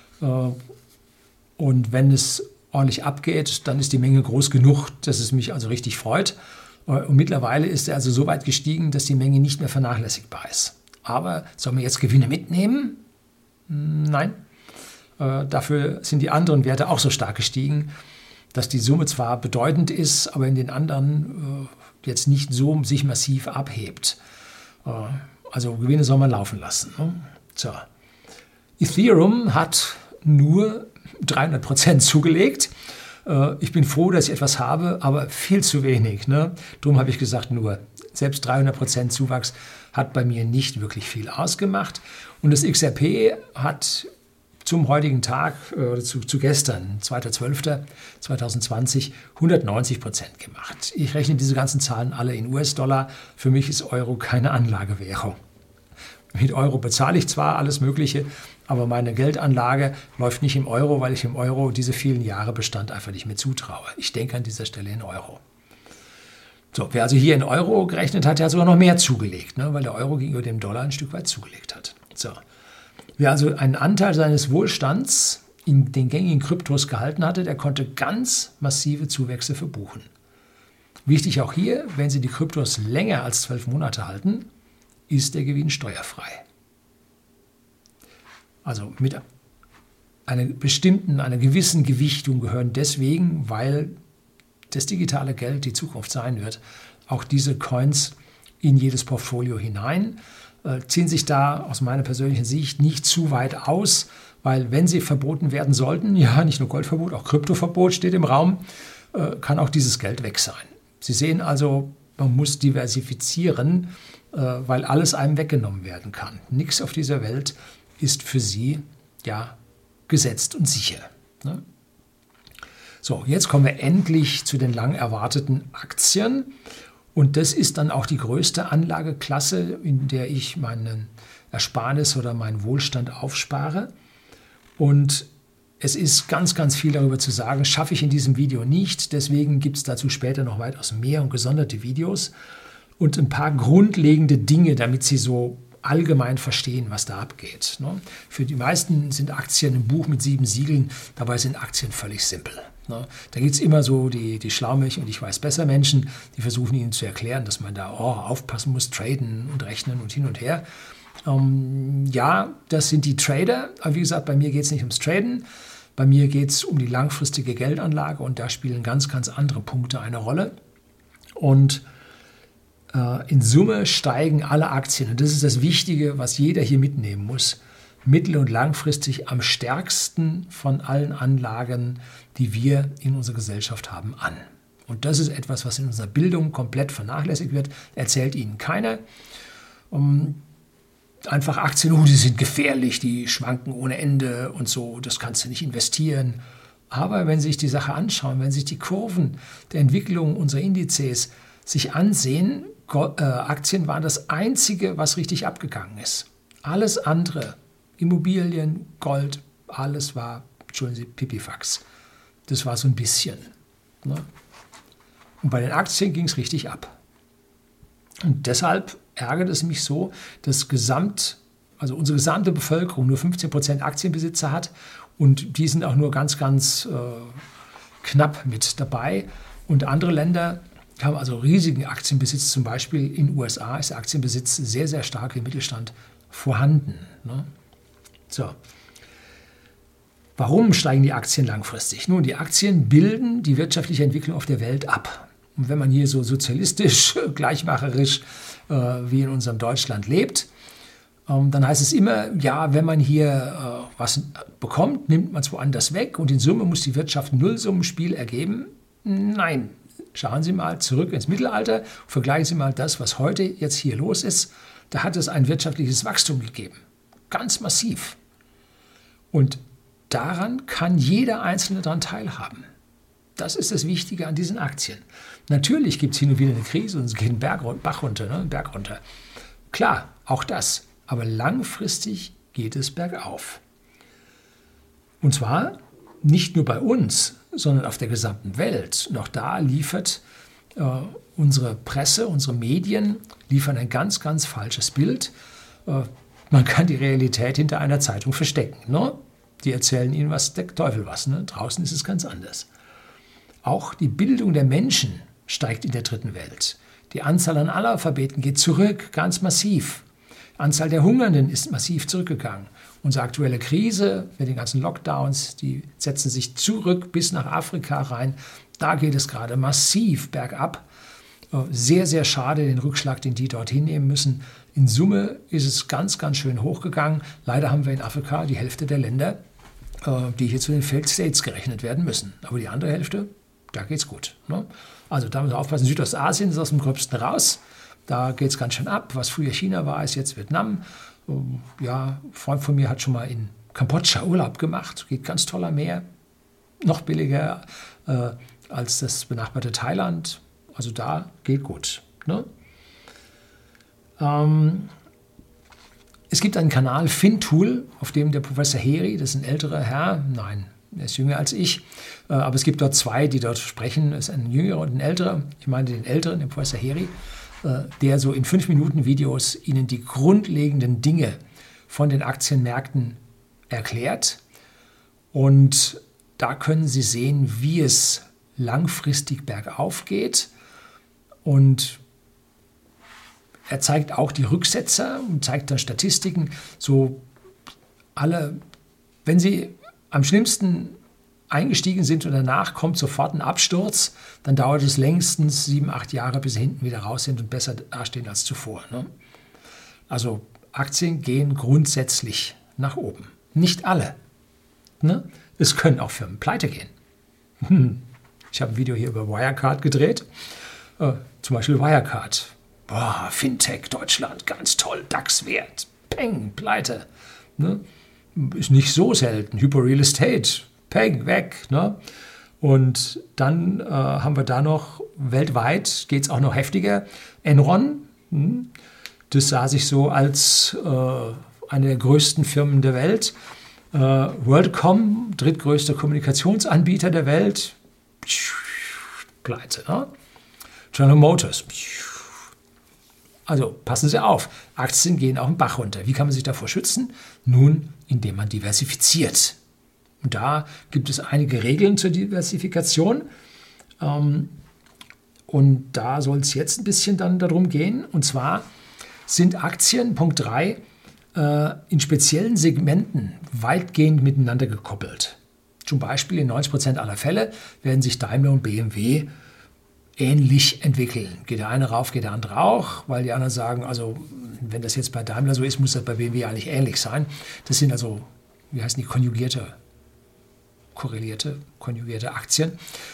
Und wenn es ordentlich abgeht, dann ist die Menge groß genug, dass es mich also richtig freut. Und mittlerweile ist er also so weit gestiegen, dass die Menge nicht mehr vernachlässigbar ist. Aber soll man jetzt Gewinne mitnehmen? Nein. Dafür sind die anderen Werte auch so stark gestiegen, dass die Summe zwar bedeutend ist, aber in den anderen jetzt nicht so sich massiv abhebt. Also Gewinne soll man laufen lassen. Ne? So. Ethereum hat nur 300% zugelegt. Ich bin froh, dass ich etwas habe, aber viel zu wenig. Ne? Darum habe ich gesagt, nur selbst 300% Zuwachs hat bei mir nicht wirklich viel ausgemacht. Und das XRP hat zum heutigen Tag, zu gestern, 2.12.2020, 190% gemacht. Ich rechne diese ganzen Zahlen alle in US-Dollar. Für mich ist Euro keine Anlagewährung. Mit Euro bezahle ich zwar alles Mögliche, aber meine Geldanlage läuft nicht im Euro, weil ich im Euro diese vielen Jahre Bestand einfach nicht mehr zutraue. Ich denke an dieser Stelle in Euro. So, wer also hier in Euro gerechnet hat, der hat sogar noch mehr zugelegt, ne, weil der Euro gegenüber dem Dollar ein Stück weit zugelegt hat. So. Wer also einen Anteil seines Wohlstands in den gängigen Kryptos gehalten hatte, der konnte ganz massive Zuwächse verbuchen. Wichtig auch hier, wenn Sie die Kryptos länger als 12 Monate halten, ist der Gewinn steuerfrei. Also mit einer gewissen Gewichtung gehören deswegen, weil das digitale Geld die Zukunft sein wird, auch diese Coins in jedes Portfolio hinein. Ziehen sich da aus meiner persönlichen Sicht nicht zu weit aus, weil wenn sie verboten werden sollten, ja nicht nur Goldverbot, auch Kryptoverbot steht im Raum, kann auch dieses Geld weg sein. Sie sehen also, man muss diversifizieren, weil alles einem weggenommen werden kann. Nichts auf dieser Welt ist für Sie ja gesetzt und sicher. Ne? So, jetzt kommen wir endlich zu den lang erwarteten Aktien. Und das ist dann auch die größte Anlageklasse, in der ich meinen Ersparnis oder meinen Wohlstand aufspare. Und es ist ganz, ganz viel darüber zu sagen, schaffe ich in diesem Video nicht. Deswegen gibt es dazu später noch weitaus mehr und gesonderte Videos und ein paar grundlegende Dinge, damit Sie so allgemein verstehen, was da abgeht. Ne? Für die meisten sind Aktien ein Buch mit 7 Siegeln, dabei sind Aktien völlig simpel. Ne? Da gibt es immer so die Schlaumilch und ich weiß besser Menschen, die versuchen Ihnen zu erklären, dass man da aufpassen muss, traden und rechnen und hin und her. Ja, das sind die Trader, aber wie gesagt, bei mir geht es nicht ums Traden, bei mir geht es um die langfristige Geldanlage und da spielen ganz, ganz andere Punkte eine Rolle. Und in Summe steigen alle Aktien, und das ist das Wichtige, was jeder hier mitnehmen muss, mittel- und langfristig am stärksten von allen Anlagen, die wir in unserer Gesellschaft haben, an. Und das ist etwas, was in unserer Bildung komplett vernachlässigt wird, erzählt Ihnen keiner. Einfach Aktien, die sind gefährlich, die schwanken ohne Ende und so, das kannst du nicht investieren. Aber wenn Sie sich die Sache anschauen, wenn Sie sich die Kurven der Entwicklung unserer Indizes sich ansehen, Aktien waren das Einzige, was richtig abgegangen ist. Alles andere, Immobilien, Gold, alles war, entschuldigen Sie, Pipifax. Das war so ein bisschen. Ne? Und bei den Aktien ging es richtig ab. Und deshalb ärgert es mich so, dass unsere gesamte Bevölkerung nur 15% Aktienbesitzer hat und die sind auch nur ganz, ganz knapp mit dabei. Und andere Länder haben also riesigen Aktienbesitz, zum Beispiel in den USA ist der Aktienbesitz sehr, sehr stark im Mittelstand vorhanden. Ne? So. Warum steigen die Aktien langfristig? Nun, die Aktien bilden die wirtschaftliche Entwicklung auf der Welt ab. Und wenn man hier so sozialistisch, gleichmacherisch wie in unserem Deutschland lebt, dann heißt es immer, ja, wenn man hier was bekommt, nimmt man es woanders weg und in Summe muss die Wirtschaft ein Nullsummenspiel ergeben. Nein. Schauen Sie mal zurück ins Mittelalter, vergleichen Sie mal das, was heute jetzt hier los ist. Da hat es ein wirtschaftliches Wachstum gegeben. Ganz massiv. Und daran kann jeder Einzelne daran teilhaben. Das ist das Wichtige an diesen Aktien. Natürlich gibt es hin und wieder eine Krise und es geht einen Berg runter. Klar, auch das. Aber langfristig geht es bergauf. Und zwar nicht nur bei uns, sondern auf der gesamten Welt. Und auch da liefert unsere Presse, unsere Medien, liefern ein ganz, ganz falsches Bild. Man kann die Realität hinter einer Zeitung verstecken. Ne? Die erzählen Ihnen was, der Teufel was. Ne? Draußen ist es ganz anders. Auch die Bildung der Menschen steigt in der dritten Welt. Die Anzahl an Analphabeten geht zurück, ganz massiv. Die Anzahl der Hungernden ist massiv zurückgegangen. Unsere aktuelle Krise mit den ganzen Lockdowns, die setzen sich zurück bis nach Afrika rein. Da geht es gerade massiv bergab. Sehr, sehr schade, den Rückschlag, den die dort hinnehmen müssen. In Summe ist es ganz, ganz schön hochgegangen. Leider haben wir in Afrika die Hälfte der Länder, die hier zu den Failed States gerechnet werden müssen. Aber die andere Hälfte, da geht es gut. Ne? Also da müssen wir aufpassen, Südostasien ist aus dem Gröbsten raus. Da geht es ganz schön ab. Was früher China war, ist jetzt Vietnam. Ja, ein Freund von mir hat schon mal in Kambodscha Urlaub gemacht. Geht ganz toll am Meer. Noch billiger als das benachbarte Thailand. Also da geht gut. Ne? Es gibt einen Kanal Fintool, auf dem der Professor Heri, das ist ein älterer Herr, nein, Er ist jünger als ich. Aber es gibt dort zwei, die dort sprechen. Es ist ein jüngerer und ein älterer. Ich meine den älteren, den Professor Heri, der so in 5 Minuten Videos Ihnen die grundlegenden Dinge von den Aktienmärkten erklärt. Und da können Sie sehen, wie es langfristig bergauf geht. Und er zeigt auch die Rücksetzer und zeigt dann Statistiken. So alle, wenn Sie am schlimmsten eingestiegen sind und danach kommt sofort ein Absturz, dann dauert es längstens 7, 8 Jahre, bis Sie hinten wieder raus sind und besser dastehen als zuvor. Ne? Also Aktien gehen grundsätzlich nach oben. Nicht alle. Ne? Es können auch Firmen pleite gehen. Ich habe ein Video hier über Wirecard gedreht. Zum Beispiel Wirecard. Boah, Fintech, Deutschland, ganz toll, DAX-Wert, Peng, pleite. Ne? Ist nicht so selten. Hyper Real Estate, Peng, weg. Ne? Und dann haben wir da noch, weltweit geht es auch noch heftiger, Enron. Das sah sich so als eine der größten Firmen der Welt. WorldCom, drittgrößter Kommunikationsanbieter der Welt, pleite. Ne? General Motors. Also passen Sie auf, Aktien gehen auch im Bach runter. Wie kann man sich davor schützen? Nun, indem man diversifiziert. Und da gibt es einige Regeln zur Diversifikation. Und da soll es jetzt ein bisschen dann darum gehen. Und zwar sind Aktien, Punkt 3, in speziellen Segmenten weitgehend miteinander gekoppelt. Zum Beispiel in 90% aller Fälle werden sich Daimler und BMW ähnlich entwickeln. Geht der eine rauf, geht der andere auch, weil die anderen sagen, also wenn das jetzt bei Daimler so ist, muss das bei BMW eigentlich ähnlich sein. Das sind also, wie heißen die, konjugierte Aktien.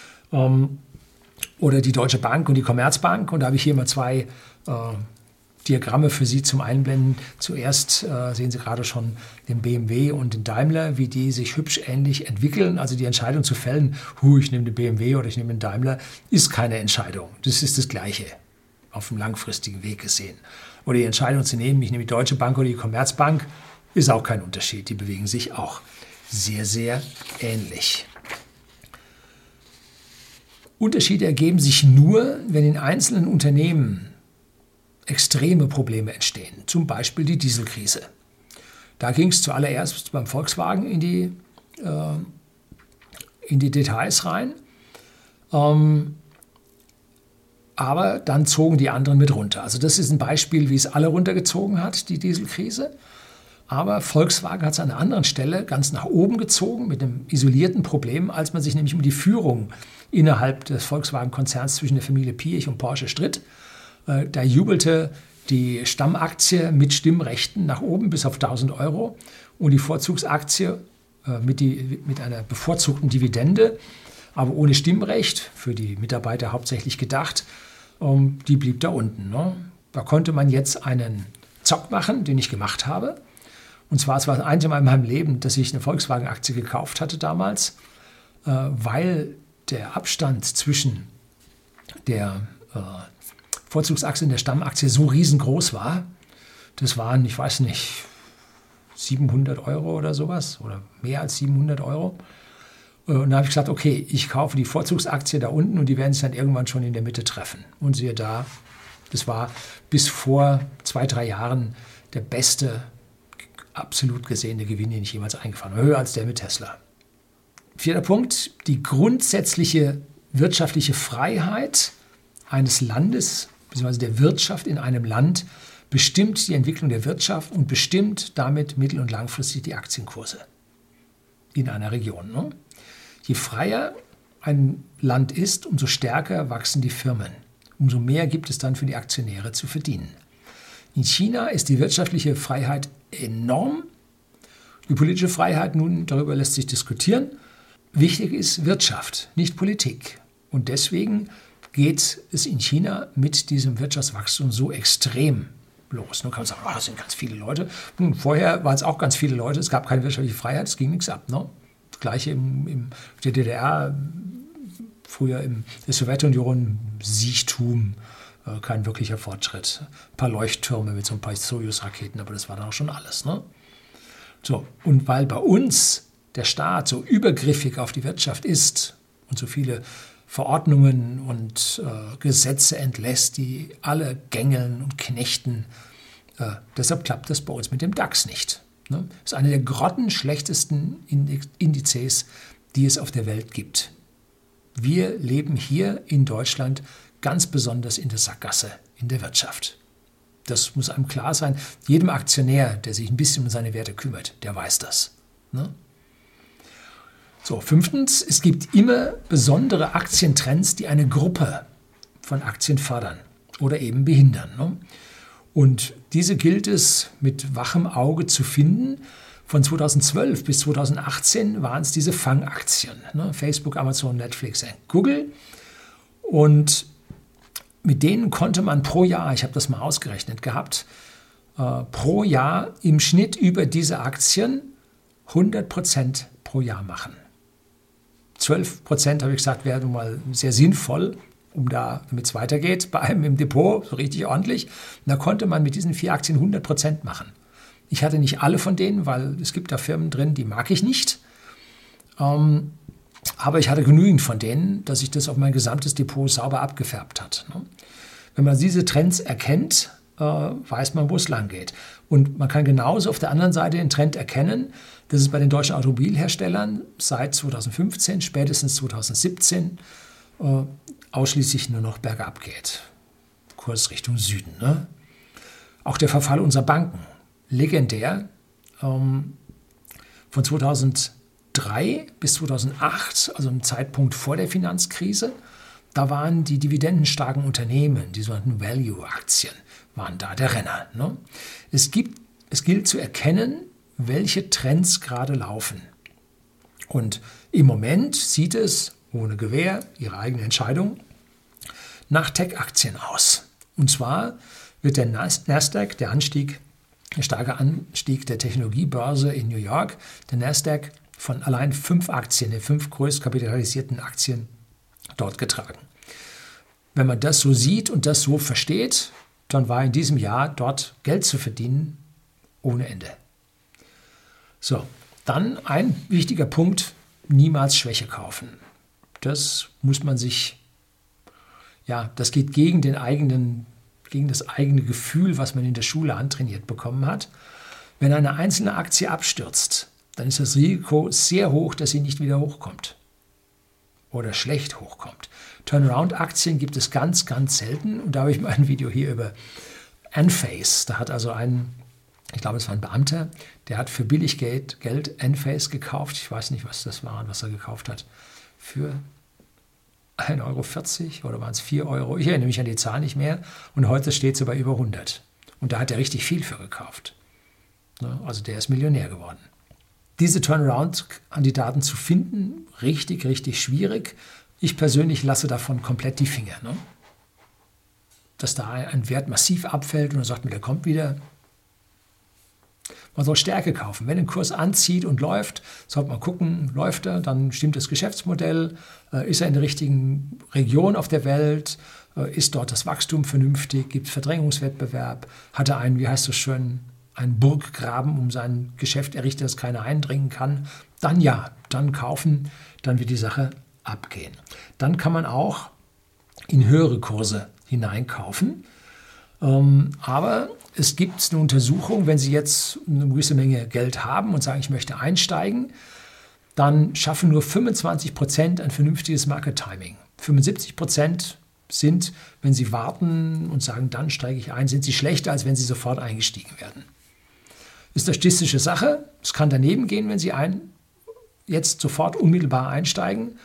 Oder die Deutsche Bank und die Commerzbank. Und da habe ich hier mal 2 Diagramme für Sie zum Einblenden. Zuerst sehen Sie gerade schon den BMW und den Daimler, wie die sich hübsch ähnlich entwickeln. Also die Entscheidung zu fällen, ich nehme den BMW oder ich nehme den Daimler, ist keine Entscheidung. Das ist das Gleiche, auf dem langfristigen Weg gesehen. Oder die Entscheidung zu nehmen, ich nehme die Deutsche Bank oder die Commerzbank, ist auch kein Unterschied. Die bewegen sich auch sehr, sehr ähnlich. Unterschiede ergeben sich nur, wenn in einzelnen Unternehmen extreme Probleme entstehen, zum Beispiel die Dieselkrise. Da ging es zuallererst beim Volkswagen in die Details rein, aber dann zogen die anderen mit runter. Also das ist ein Beispiel, wie es alle runtergezogen hat, die Dieselkrise. Aber Volkswagen hat es an einer anderen Stelle ganz nach oben gezogen mit einem isolierten Problem, als man sich nämlich um die Führung innerhalb des Volkswagen-Konzerns zwischen der Familie Piëch und Porsche stritt. Da jubelte die Stammaktie mit Stimmrechten nach oben bis auf 1.000 € und die Vorzugsaktie mit einer bevorzugten Dividende, aber ohne Stimmrecht, für die Mitarbeiter hauptsächlich gedacht, die blieb da unten. Ne? Da konnte man jetzt einen Zock machen, den ich gemacht habe. Und zwar, es war das einzige Mal in meinem Leben, dass ich eine Volkswagen-Aktie gekauft hatte damals, weil der Abstand zwischen der Vorzugsaktie und der Stammaktie so riesengroß war. Das waren, ich weiß nicht, 700 € oder sowas oder mehr als 700 €. Und da habe ich gesagt, okay, ich kaufe die Vorzugsaktie da unten und die werden sich dann irgendwann schon in der Mitte treffen. Und siehe da, das war bis vor 2, 3 Jahren der beste, absolut gesehene Gewinn, den ich jemals eingefahren habe. Höher als der mit Tesla. 4. Punkt, die grundsätzliche wirtschaftliche Freiheit eines Landes, beziehungsweise der Wirtschaft in einem Land, bestimmt die Entwicklung der Wirtschaft und bestimmt damit mittel- und langfristig die Aktienkurse in einer Region. Ne? Je freier ein Land ist, umso stärker wachsen die Firmen. Umso mehr gibt es dann für die Aktionäre zu verdienen. In China ist die wirtschaftliche Freiheit enorm. Die politische Freiheit, nun, darüber lässt sich diskutieren. Wichtig ist Wirtschaft, nicht Politik. Und deswegen geht es in China mit diesem Wirtschaftswachstum so extrem los. Nun kann man sagen, das sind ganz viele Leute. Nun, vorher waren es auch ganz viele Leute, es gab keine wirtschaftliche Freiheit, es ging nichts ab. Ne? Das Gleiche in der DDR, früher in der Sowjetunion, Siechtum, kein wirklicher Fortschritt. Ein paar Leuchttürme mit so ein paar Sojus-Raketen, aber das war dann auch schon alles. Ne? So, und weil bei uns der Staat so übergriffig auf die Wirtschaft ist und so viele Verordnungen und Gesetze entlässt, die alle gängeln und knechten, deshalb klappt das bei uns mit dem DAX nicht. Ne? Das ist eine der grottenschlechtesten Indizes, die es auf der Welt gibt. Wir leben hier in Deutschland ganz besonders in der Sackgasse in der Wirtschaft. Das muss einem klar sein. Jedem Aktionär, der sich ein bisschen um seine Werte kümmert, der weiß das. Ne? So, 5. Es gibt immer besondere Aktientrends, die eine Gruppe von Aktien fördern oder eben behindern. Ne? Und diese gilt es mit wachem Auge zu finden. Von 2012 bis 2018 waren es diese Fangaktien. Ne? Facebook, Amazon, Netflix und Google. Und mit denen konnte man pro Jahr, ich habe das mal ausgerechnet gehabt, pro Jahr im Schnitt über diese Aktien 100% pro Jahr machen. 12% habe ich gesagt, wäre nun mal sehr sinnvoll, damit es weitergeht, bei einem im Depot, so richtig ordentlich. Und da konnte man mit diesen 4 Aktien 100% machen. Ich hatte nicht alle von denen, weil es gibt da Firmen drin, die mag ich nicht. Aber ich hatte genügend von denen, dass sich das auf mein gesamtes Depot sauber abgefärbt hat. Wenn man diese Trends erkennt, weiß man, wo es lang geht. Und man kann genauso auf der anderen Seite den Trend erkennen, dass es bei den deutschen Automobilherstellern seit 2015, spätestens 2017, ausschließlich nur noch bergab geht. Kurs Richtung Süden. Ne? Auch der Verfall unserer Banken, legendär, von 2003 bis 2008, also im Zeitpunkt vor der Finanzkrise, da waren die dividendenstarken Unternehmen, die sogenannten Value-Aktien, waren da der Renner. Ne? Es gilt zu erkennen, welche Trends gerade laufen. Und im Moment sieht es, ohne Gewähr, Ihre eigene Entscheidung, nach Tech-Aktien aus. Und zwar wird der Nasdaq, der starke Anstieg der Technologiebörse in New York, der Nasdaq von allein 5 Aktien, den 5 größt kapitalisierten Aktien, dort getragen. Wenn man das so sieht und das so versteht, dann war in diesem Jahr dort Geld zu verdienen ohne Ende. So, dann ein wichtiger Punkt, niemals Schwäche kaufen. Das muss man sich, das geht gegen das eigene Gefühl, was man in der Schule antrainiert bekommen hat. Wenn eine einzelne Aktie abstürzt, dann ist das Risiko sehr hoch, dass sie nicht wieder hochkommt oder schlecht hochkommt. Turnaround-Aktien gibt es ganz, ganz selten. Und da habe ich mal ein Video hier über Enphase. Da hat also ich glaube, es war ein Beamter, der hat für billig Geld Enphase gekauft. Ich weiß nicht, was das war und was er gekauft hat. Für 1,40 € oder waren es 4 €? Ich erinnere mich an die Zahl nicht mehr. Und heute steht sie bei über 100. Und da hat er richtig viel für gekauft. Also der ist Millionär geworden. Diese Turnaround-Kandidaten zu finden, richtig, richtig schwierig. Ich persönlich lasse davon komplett die Finger. Ne? Dass da ein Wert massiv abfällt und dann sagt man, der kommt wieder. Man soll Stärke kaufen. Wenn ein Kurs anzieht und läuft, sollte man gucken, läuft er, dann stimmt das Geschäftsmodell, ist er in der richtigen Region auf der Welt, ist dort das Wachstum vernünftig, gibt es Verdrängungswettbewerb, hat er einen, wie heißt es schön, einen Burggraben um sein Geschäft errichtet, dass keiner eindringen kann, dann kaufen, dann wird die Sache abgehen. Dann kann man auch in höhere Kurse hineinkaufen. Aber es gibt eine Untersuchung, wenn Sie jetzt eine gewisse Menge Geld haben und sagen, ich möchte einsteigen, dann schaffen nur 25% ein vernünftiges Market Timing. 75% sind, wenn Sie warten und sagen, dann steige ich ein, sind sie schlechter, als wenn Sie sofort eingestiegen werden. Ist eine statistische Sache. Es kann daneben gehen, wenn Sie jetzt sofort unmittelbar einsteigen,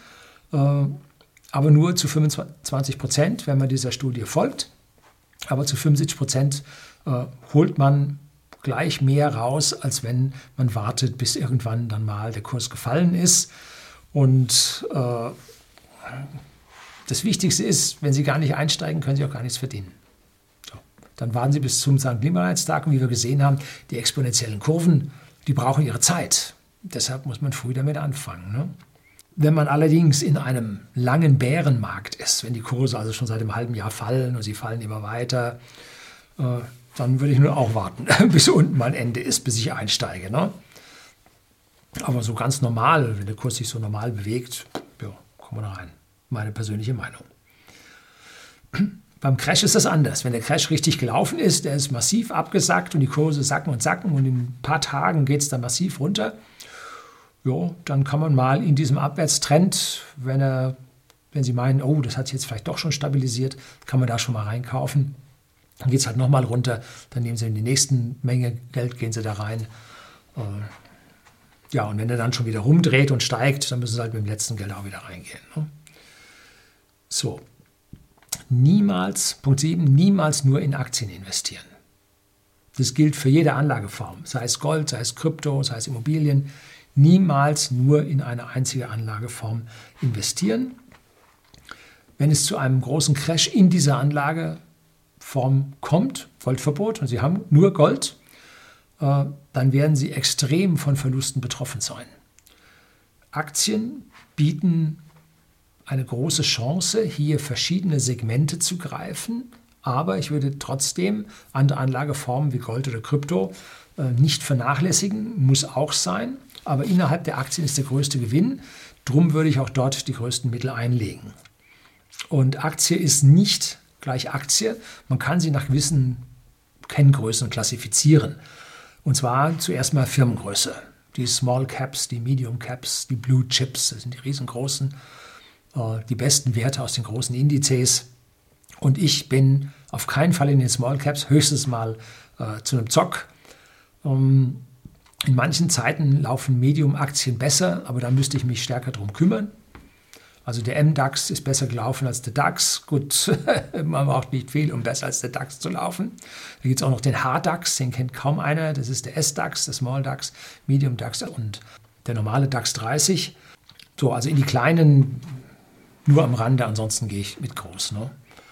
aber nur zu 25%, wenn man dieser Studie folgt. Aber zu 75% holt man gleich mehr raus, als wenn man wartet, bis irgendwann dann mal der Kurs gefallen ist. Und das Wichtigste ist, wenn Sie gar nicht einsteigen, können Sie auch gar nichts verdienen. So. Dann warten Sie bis zum St. Nimmerleinstag und wie wir gesehen haben, die exponentiellen Kurven, die brauchen ihre Zeit. Deshalb muss man früh damit anfangen. Ne? Wenn man allerdings in einem langen Bärenmarkt ist, wenn die Kurse also schon seit einem halben Jahr fallen und sie fallen immer weiter, dann würde ich nur auch warten, bis unten mein Ende ist, bis ich einsteige. Ne? Aber so ganz normal, wenn der Kurs sich so normal bewegt, ja, kommen wir da rein. Meine persönliche Meinung. Beim Crash ist das anders. Wenn der Crash richtig gelaufen ist, der ist massiv abgesackt und die Kurse sacken und sacken und in ein paar Tagen geht es dann massiv runter, ja, dann kann man mal in diesem Abwärtstrend, wenn Sie meinen, oh, das hat sich jetzt vielleicht doch schon stabilisiert, kann man da schon mal reinkaufen. Dann geht es halt nochmal runter, dann nehmen Sie in die nächsten Menge Geld, gehen Sie da rein. Ja, und wenn er dann schon wieder rumdreht und steigt, dann müssen Sie halt mit dem letzten Geld auch wieder reingehen. Ne? So. Punkt 7, niemals nur in Aktien investieren. Das gilt für jede Anlageform, sei es Gold, sei es Krypto, sei es Immobilien. Niemals nur in eine einzige Anlageform investieren. Wenn es zu einem großen Crash in dieser Anlageform kommt, Goldverbot, und Sie haben nur Gold, dann werden Sie extrem von Verlusten betroffen sein. Aktien bieten eine große Chance, hier verschiedene Segmente zu greifen, aber ich würde trotzdem andere Anlageformen wie Gold oder Krypto nicht vernachlässigen, muss auch sein, aber innerhalb der Aktien ist der größte Gewinn, drum würde ich auch dort die größten Mittel einlegen. Und Aktie ist nicht gleich Aktie, man kann sie nach gewissen Kenngrößen klassifizieren. Und zwar zuerst mal Firmengröße. Die Small Caps, die Medium Caps, die Blue Chips, das sind die riesengroßen, die besten Werte aus den großen Indizes. Und ich bin auf keinen Fall in den Small Caps, höchstens mal zu einem Zock. In manchen Zeiten laufen Medium-Aktien besser, aber da müsste ich mich stärker darum kümmern. Also der MDAX ist besser gelaufen als der DAX. Gut, man braucht nicht viel, um besser als der DAX zu laufen. Da gibt es auch noch den HDAX, den kennt kaum einer. Das ist der SDAX, der Small DAX, Medium DAX und der normale DAX 30. So, also in die kleinen nur am Rande, ansonsten gehe ich mit groß. Ne?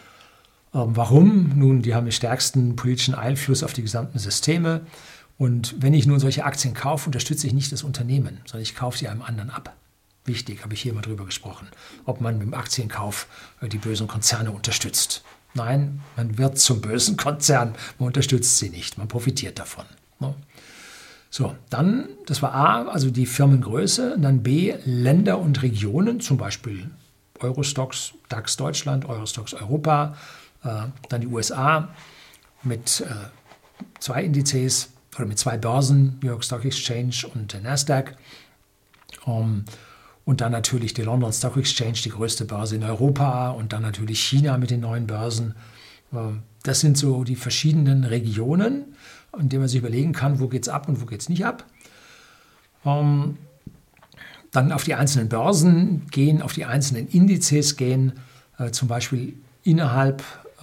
Warum? Nun, die haben den stärksten politischen Einfluss auf die gesamten Systeme. Und wenn ich nun solche Aktien kaufe, unterstütze ich nicht das Unternehmen, sondern ich kaufe sie einem anderen ab. Wichtig, habe ich hier mal drüber gesprochen, ob man mit dem Aktienkauf die bösen Konzerne unterstützt. Nein, man wird zum bösen Konzern, man unterstützt sie nicht, man profitiert davon. Ne? So, dann, das war A, also die Firmengröße, und dann B, Länder und Regionen, zum Beispiel Eurostoxx, DAX Deutschland, Eurostoxx Europa, dann die USA mit 2 Indizes oder mit 2 Börsen, New York Stock Exchange und der Nasdaq. Und dann natürlich die London Stock Exchange, die größte Börse in Europa, und dann natürlich China mit den neuen Börsen. Das sind so die verschiedenen Regionen, in denen man sich überlegen kann, wo geht es ab und wo geht es nicht ab. Dann auf die einzelnen Börsen gehen, auf die einzelnen Indizes gehen, zum Beispiel innerhalb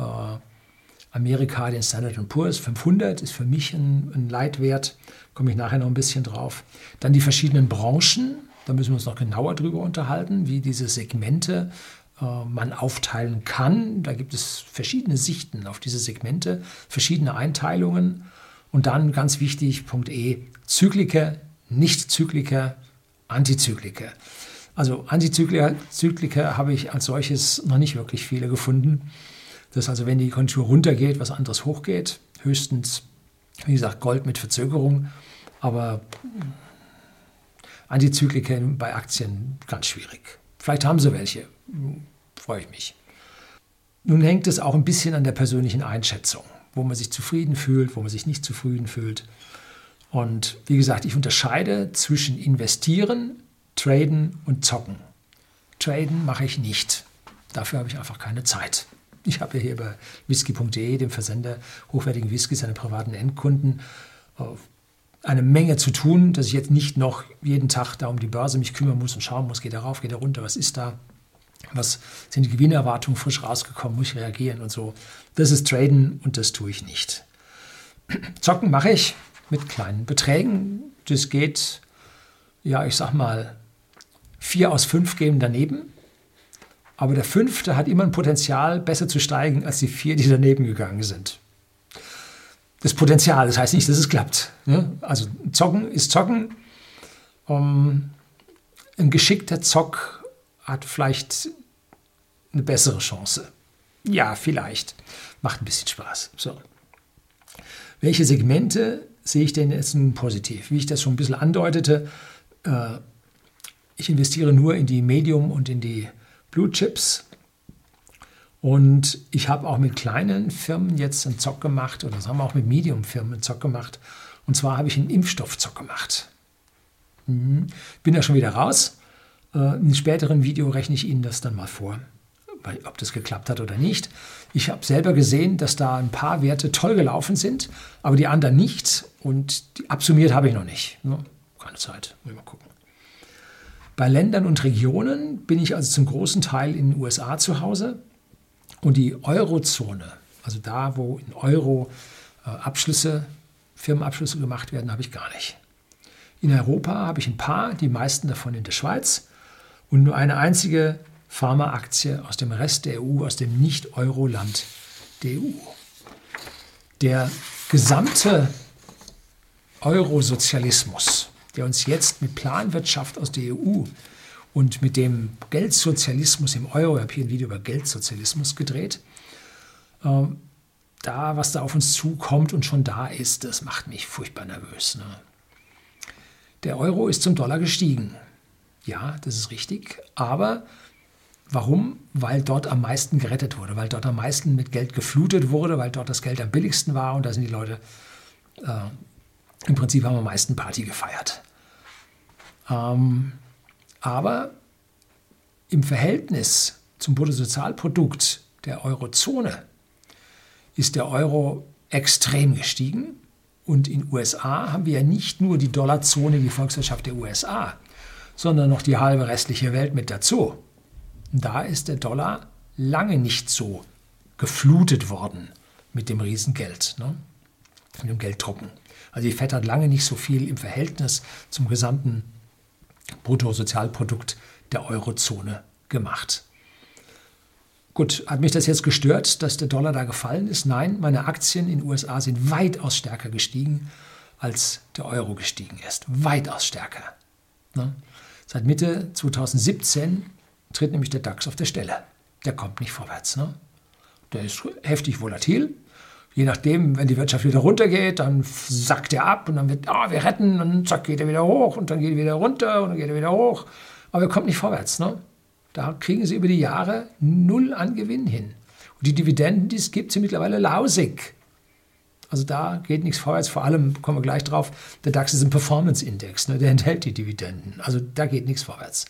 Amerika den Standard & Poor's 500 ist für mich ein Leitwert, komme ich nachher noch ein bisschen drauf. Dann die verschiedenen Branchen, da müssen wir uns noch genauer drüber unterhalten, wie diese Segmente man aufteilen kann. Da gibt es verschiedene Sichten auf diese Segmente, verschiedene Einteilungen. Und dann ganz wichtig, Punkt E, Zykliker, Nicht-Zykliker, Antizykliker. Also Antizykliker habe ich als solches noch nicht wirklich viele gefunden. Das ist also, wenn die Konjunktur runtergeht, was anderes hochgeht. Höchstens, wie gesagt, Gold mit Verzögerung. Aber Antizykliker bei Aktien ganz schwierig. Vielleicht haben sie welche. Freue ich mich. Nun hängt es auch ein bisschen an der persönlichen Einschätzung, wo man sich zufrieden fühlt, wo man sich nicht zufrieden fühlt. Und wie gesagt, ich unterscheide zwischen investieren, traden und zocken. Traden mache ich nicht. Dafür habe ich einfach keine Zeit. Ich habe ja hier bei whisky.de, dem Versender hochwertigen Whiskys, an privaten Endkunden, eine Menge zu tun, dass ich jetzt nicht noch jeden Tag da um die Börse mich kümmern muss und schauen muss, geht er rauf, geht er runter, was ist da, was sind die Gewinnerwartungen frisch rausgekommen, muss ich reagieren und so. Das ist Traden und das tue ich nicht. Zocken mache ich mit kleinen Beträgen. Das geht, ja, ich sag mal, 4 aus 5 gehen daneben. Aber der 5. hat immer ein Potenzial, besser zu steigen als die 4, die daneben gegangen sind. Das Potenzial, das heißt nicht, dass es klappt. Also Zocken ist Zocken. Ein geschickter Zock hat vielleicht eine bessere Chance. Ja, vielleicht. Macht ein bisschen Spaß. So. Welche Segmente sehe ich denn jetzt nun positiv? Wie ich das schon ein bisschen andeutete, Ich investiere nur in die Medium und in die Blue Chips. Und ich habe auch mit kleinen Firmen jetzt einen Zock gemacht, oder das haben wir auch mit Medium-Firmen einen Zock gemacht. Und zwar habe ich einen Impfstoffzock gemacht. Bin da schon wieder raus. In einem späteren Video rechne ich Ihnen das dann mal vor, ob das geklappt hat oder nicht. Ich habe selber gesehen, dass da ein paar Werte toll gelaufen sind, aber die anderen nicht. Und die absummiert habe ich noch nicht. Keine Zeit, muss ich mal gucken. Bei Ländern und Regionen bin ich also zum großen Teil in den USA zu Hause. Und die Eurozone, also da, wo in Euro Firmenabschlüsse gemacht werden, habe ich gar nicht. In Europa habe ich ein paar, die meisten davon in der Schweiz und nur eine einzige Pharmaaktie aus dem Rest der EU, aus dem Nicht-Euro-Land der EU. Der gesamte Eurosozialismus, der uns jetzt mit Planwirtschaft aus der EU und mit dem Geldsozialismus im Euro, ich habe hier ein Video über Geldsozialismus gedreht, was da auf uns zukommt und schon da ist, das macht mich furchtbar nervös. Ne? Der Euro ist zum Dollar gestiegen. Ja, das ist richtig. Aber warum? Weil dort am meisten gerettet wurde, weil dort am meisten mit Geld geflutet wurde, weil dort das Geld am billigsten war und da sind die Leute, im Prinzip haben am meisten Party gefeiert. Aber im Verhältnis zum Bruttosozialprodukt der Eurozone ist der Euro extrem gestiegen. Und in den USA haben wir ja nicht nur die Dollarzone, die Volkswirtschaft der USA, sondern noch die halbe restliche Welt mit dazu. Und da ist der Dollar lange nicht so geflutet worden mit dem Riesengeld, ne? Mit dem Gelddrucken. Also die FED hat lange nicht so viel im Verhältnis zum gesamten Bruttosozialprodukt der Eurozone gemacht. Gut, hat mich das jetzt gestört, dass der Dollar da gefallen ist? Nein, meine Aktien in den USA sind weitaus stärker gestiegen, als der Euro gestiegen ist. Weitaus stärker. Ne? Seit Mitte 2017 tritt nämlich der DAX auf der Stelle. Der kommt nicht vorwärts. Ne? Der ist heftig volatil. Je nachdem, wenn die Wirtschaft wieder runtergeht, dann sackt er ab und dann wird, wir retten und zack, geht er wieder hoch und dann geht er wieder runter und dann geht er wieder hoch. Aber er kommt nicht vorwärts. Ne? Da kriegen sie über die Jahre null an Gewinn hin. Und die Dividenden, die es gibt, sind mittlerweile lausig. Also da geht nichts vorwärts. Vor allem, kommen wir gleich drauf, der DAX ist ein Performance-Index, ne? Der enthält die Dividenden. Also da geht nichts vorwärts.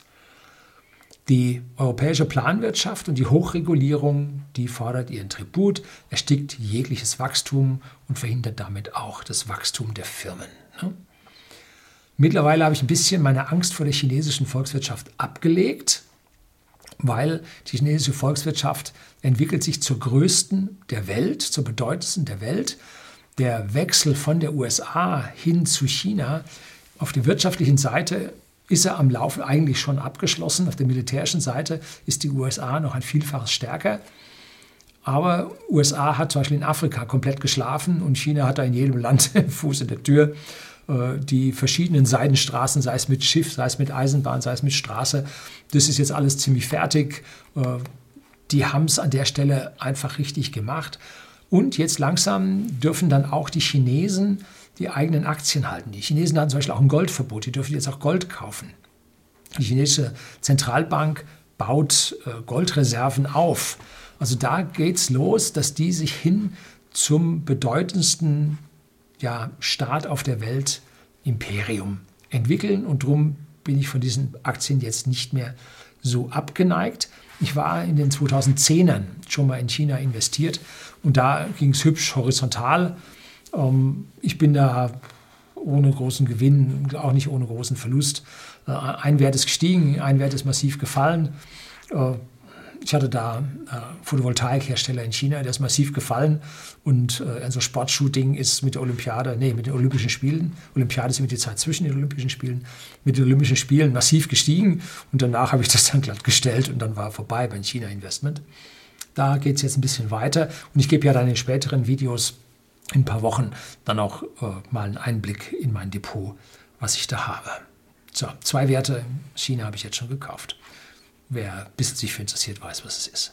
Die europäische Planwirtschaft und die Hochregulierung, die fordert ihren Tribut, erstickt jegliches Wachstum und verhindert damit auch das Wachstum der Firmen. Ne? Mittlerweile habe ich ein bisschen meine Angst vor der chinesischen Volkswirtschaft abgelegt, weil die chinesische Volkswirtschaft entwickelt sich zur größten der Welt, zur bedeutendsten der Welt. Der Wechsel von der USA hin zu China auf der wirtschaftlichen Seite ist er am Laufen eigentlich schon abgeschlossen. Auf der militärischen Seite ist die USA noch ein Vielfaches stärker. Aber USA hat zum Beispiel in Afrika komplett geschlafen und China hat da in jedem Land Fuß in der Tür. Die verschiedenen Seidenstraßen, sei es mit Schiff, sei es mit Eisenbahn, sei es mit Straße, das ist jetzt alles ziemlich fertig. Die haben es an der Stelle einfach richtig gemacht. Und jetzt langsam dürfen dann auch die Chinesen die eigenen Aktien halten. Die Chinesen hatten zum Beispiel auch ein Goldverbot, die dürfen jetzt auch Gold kaufen. Die chinesische Zentralbank baut Goldreserven auf. Also da geht es los, dass die sich hin zum bedeutendsten Staat auf der Welt, Imperium, entwickeln. Und darum bin ich von diesen Aktien jetzt nicht mehr so abgeneigt. Ich war in den 2010ern schon mal in China investiert und da ging es hübsch horizontal. Ich bin da ohne großen Gewinn, auch nicht ohne großen Verlust. Ein Wert ist gestiegen, ein Wert ist massiv gefallen. Ich hatte da Photovoltaikhersteller in China, der ist massiv gefallen. Und so Sportshooting ist mit der mit den Olympischen Spielen, Olympiade ist immer die Zeit zwischen den Olympischen Spielen, mit den Olympischen Spielen massiv gestiegen. Und danach habe ich das dann glatt gestellt und dann war vorbei beim China-Investment. Da geht es jetzt ein bisschen weiter. Und ich gebe ja dann in späteren Videos in ein paar Wochen dann auch mal einen Einblick in mein Depot, was ich da habe. So, 2 Werte in China habe ich jetzt schon gekauft. Wer ein bisschen sich für interessiert, weiß, was es ist.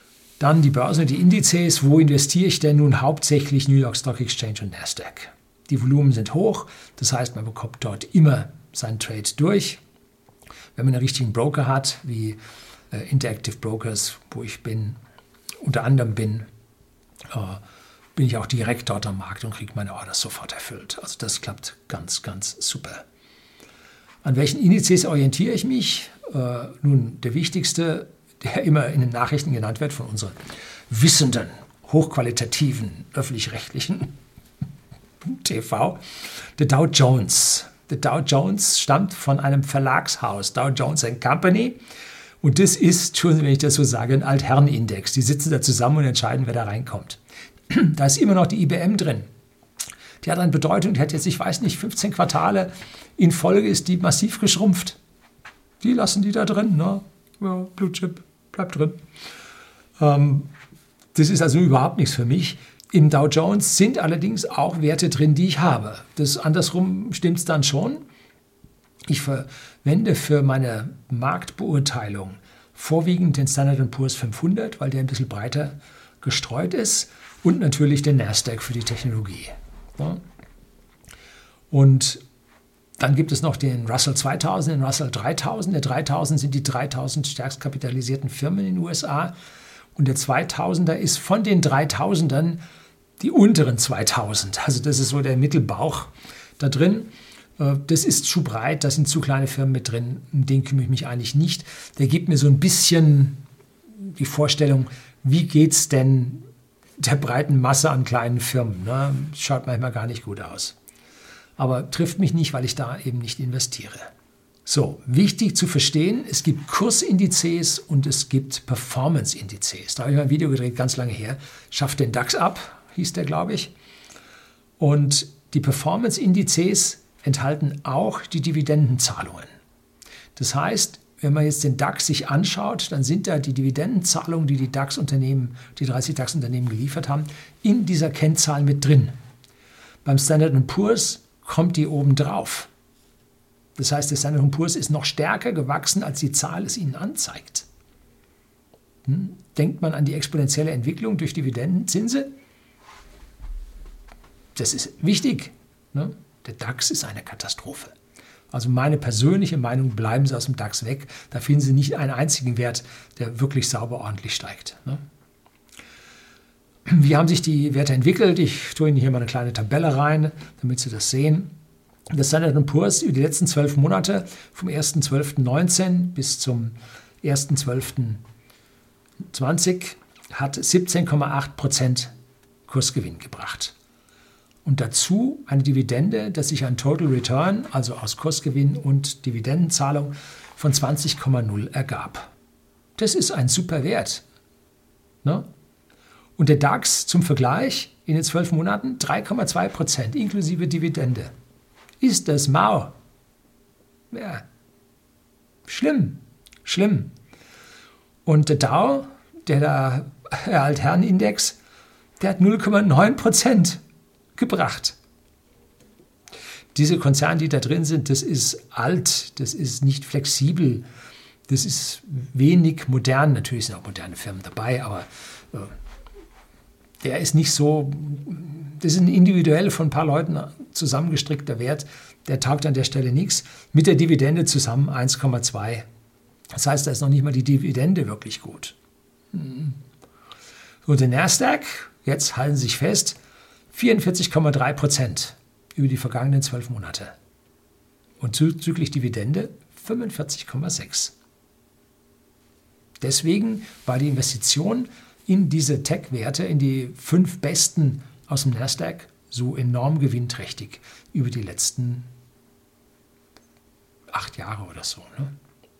Dann die Börse, die Indizes. Wo investiere ich denn nun? Hauptsächlich New York Stock Exchange und Nasdaq. Die Volumen sind hoch, das heißt, man bekommt dort immer seinen Trade durch. Wenn man einen richtigen Broker hat, wie Interactive Brokers, wo ich unter anderem bin ich auch direkt dort am Markt und kriege meine Orders sofort erfüllt. Also das klappt ganz, ganz super. An welchen Indizes orientiere ich mich? Nun, der wichtigste, der immer in den Nachrichten genannt wird von unseren wissenden, hochqualitativen, öffentlich-rechtlichen TV, der Dow Jones. Der Dow Jones stammt von einem Verlagshaus, Dow Jones Company. Und das ist, Entschuldigung, wenn ich das so sage, ein Altherrenindex. Die sitzen da zusammen und entscheiden, wer da reinkommt. Da ist immer noch die IBM drin. Die hat eine Bedeutung, die hat jetzt, ich weiß nicht, 15 Quartale in Folge ist die massiv geschrumpft. Die lassen die da drin, ne? Ja, Blue Chip, bleibt drin. Das ist also überhaupt nichts für mich. Im Dow Jones sind allerdings auch Werte drin, die ich habe. Andersrum stimmt es dann schon. Ich verwende für meine Marktbeurteilung vorwiegend den Standard & Poor's 500, weil der ein bisschen breiter gestreut ist, und natürlich den Nasdaq für die Technologie. Ja. Und dann gibt es noch den Russell 2000, den Russell 3000. Der 3000 sind die 3000 stärkst kapitalisierten Firmen in den USA. Und der 2000er ist von den 3000ern die unteren 2000. Also das ist so der Mittelbauch da drin. Das ist zu breit, da sind zu kleine Firmen mit drin. Um den kümmere ich mich eigentlich nicht. Der gibt mir so ein bisschen die Vorstellung, wie geht es denn der breiten Masse an kleinen Firmen. Ne? Schaut manchmal gar nicht gut aus. Aber trifft mich nicht, weil ich da eben nicht investiere. So, wichtig zu verstehen, es gibt Kursindizes und es gibt Performance-Indizes. Da habe ich mal ein Video gedreht, ganz lange her. Schafft den DAX ab, hieß der, glaube ich. Und die Performance-Indizes enthalten auch die Dividendenzahlungen. Das heißt, wenn man jetzt den DAX sich anschaut, dann sind da die Dividendenzahlungen, die die DAX-Unternehmen, die 30 DAX-Unternehmen geliefert haben, in dieser Kennzahl mit drin. Beim Standard & Poor's kommt die oben drauf. Das heißt, der Standard & Poor's ist noch stärker gewachsen, als die Zahl es Ihnen anzeigt. Denkt man an die exponentielle Entwicklung durch Dividendenzinse? Das ist wichtig. Ne? Der DAX ist eine Katastrophe. Also meine persönliche Meinung, bleiben Sie aus dem DAX weg. Da finden Sie nicht einen einzigen Wert, der wirklich sauber ordentlich steigt. Ne? Wie haben sich die Werte entwickelt? Ich tue Ihnen hier mal eine kleine Tabelle rein, damit Sie das sehen. Das Standard & Poor's über die letzten 12 Monate, vom 1.12.19 bis zum 1.12.20, hat 17,8% Kursgewinn gebracht. Und dazu eine Dividende, das sich ein Total Return, also aus Kursgewinn und Dividendenzahlung, von 20,0 ergab. Das ist ein super Wert. Ne? Und der DAX zum Vergleich in den 12 Monaten 3,2% inklusive Dividende. Ist das mau? Ja, schlimm, schlimm. Und der Dow, der Altherrenindex, der hat 0,9% gebracht. Diese Konzerne, die da drin sind, das ist alt, das ist nicht flexibel, das ist wenig modern. Natürlich sind auch moderne Firmen dabei, aber der ist nicht so, das ist ein individuell von ein paar Leuten zusammengestrickter Wert, der taugt an der Stelle nichts. Mit der Dividende zusammen 1,2. Das heißt, da ist noch nicht mal die Dividende wirklich gut. So, der Nasdaq, jetzt halten Sie sich fest, 44,3% über die vergangenen 12 Monate. Und zuzüglich Dividende 45,6%. Deswegen war die Investition in diese Tech-Werte, in die 5 besten aus dem Nasdaq, so enorm gewinnträchtig über die letzten 8 Jahre oder so. Ne?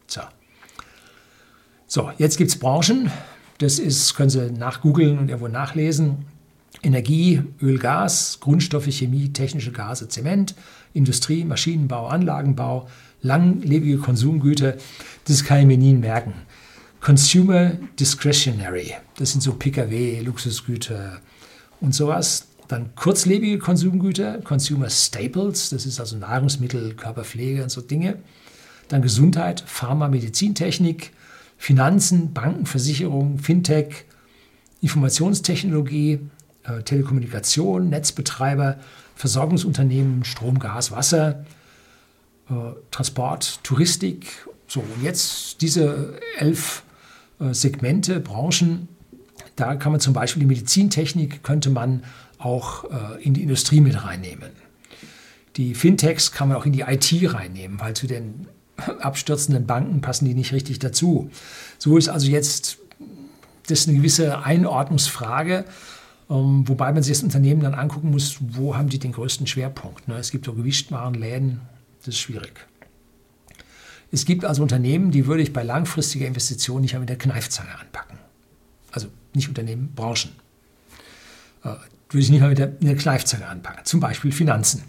So, jetzt gibt es Branchen, das ist, können Sie nachgoogeln und irgendwo nachlesen. Energie, Öl, Gas, Grundstoffe, Chemie, technische Gase, Zement, Industrie, Maschinenbau, Anlagenbau, langlebige Konsumgüter, das kann ich mir nie merken. Consumer Discretionary, das sind so Pkw, Luxusgüter und sowas. Dann kurzlebige Konsumgüter, Consumer Staples, das ist also Nahrungsmittel, Körperpflege und so Dinge. Dann Gesundheit, Pharma, Medizintechnik, Finanzen, Banken, Versicherungen, Fintech, Informationstechnologie, Telekommunikation, Netzbetreiber, Versorgungsunternehmen, Strom, Gas, Wasser, Transport, Touristik. So, und jetzt diese 11 Segmente, Branchen, da kann man zum Beispiel die Medizintechnik, könnte man auch in die Industrie mit reinnehmen. Die Fintechs kann man auch in die IT reinnehmen, weil zu den abstürzenden Banken passen die nicht richtig dazu. So ist also jetzt das eine gewisse Einordnungsfrage, wobei man sich das Unternehmen dann angucken muss, wo haben die den größten Schwerpunkt. Es gibt so Gewichtwarenläden, das ist schwierig. Es gibt also Unternehmen, die würde ich bei langfristiger Investition nicht mit der Kneifzange anpacken. Also nicht Unternehmen, Branchen. Würde ich nicht mal mit der Kneifzange anpacken. Zum Beispiel Finanzen.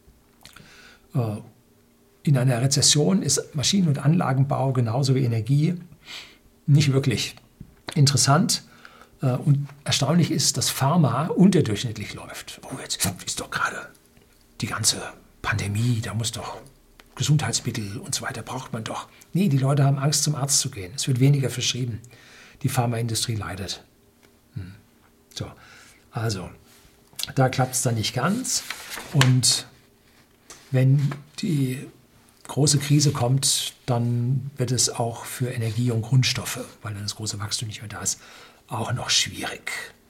In einer Rezession ist Maschinen- und Anlagenbau genauso wie Energie nicht wirklich interessant. Und erstaunlich ist, dass Pharma unterdurchschnittlich läuft. Oh, jetzt ist doch gerade die ganze Pandemie, da muss doch Gesundheitsmittel und so weiter braucht man doch. Nee, die Leute haben Angst, zum Arzt zu gehen. Es wird weniger verschrieben. Die Pharmaindustrie leidet. So, also, da klappt es dann nicht ganz. Und wenn die große Krise kommt, dann wird es auch für Energie und Grundstoffe, weil dann das große Wachstum nicht mehr da ist, auch noch schwierig.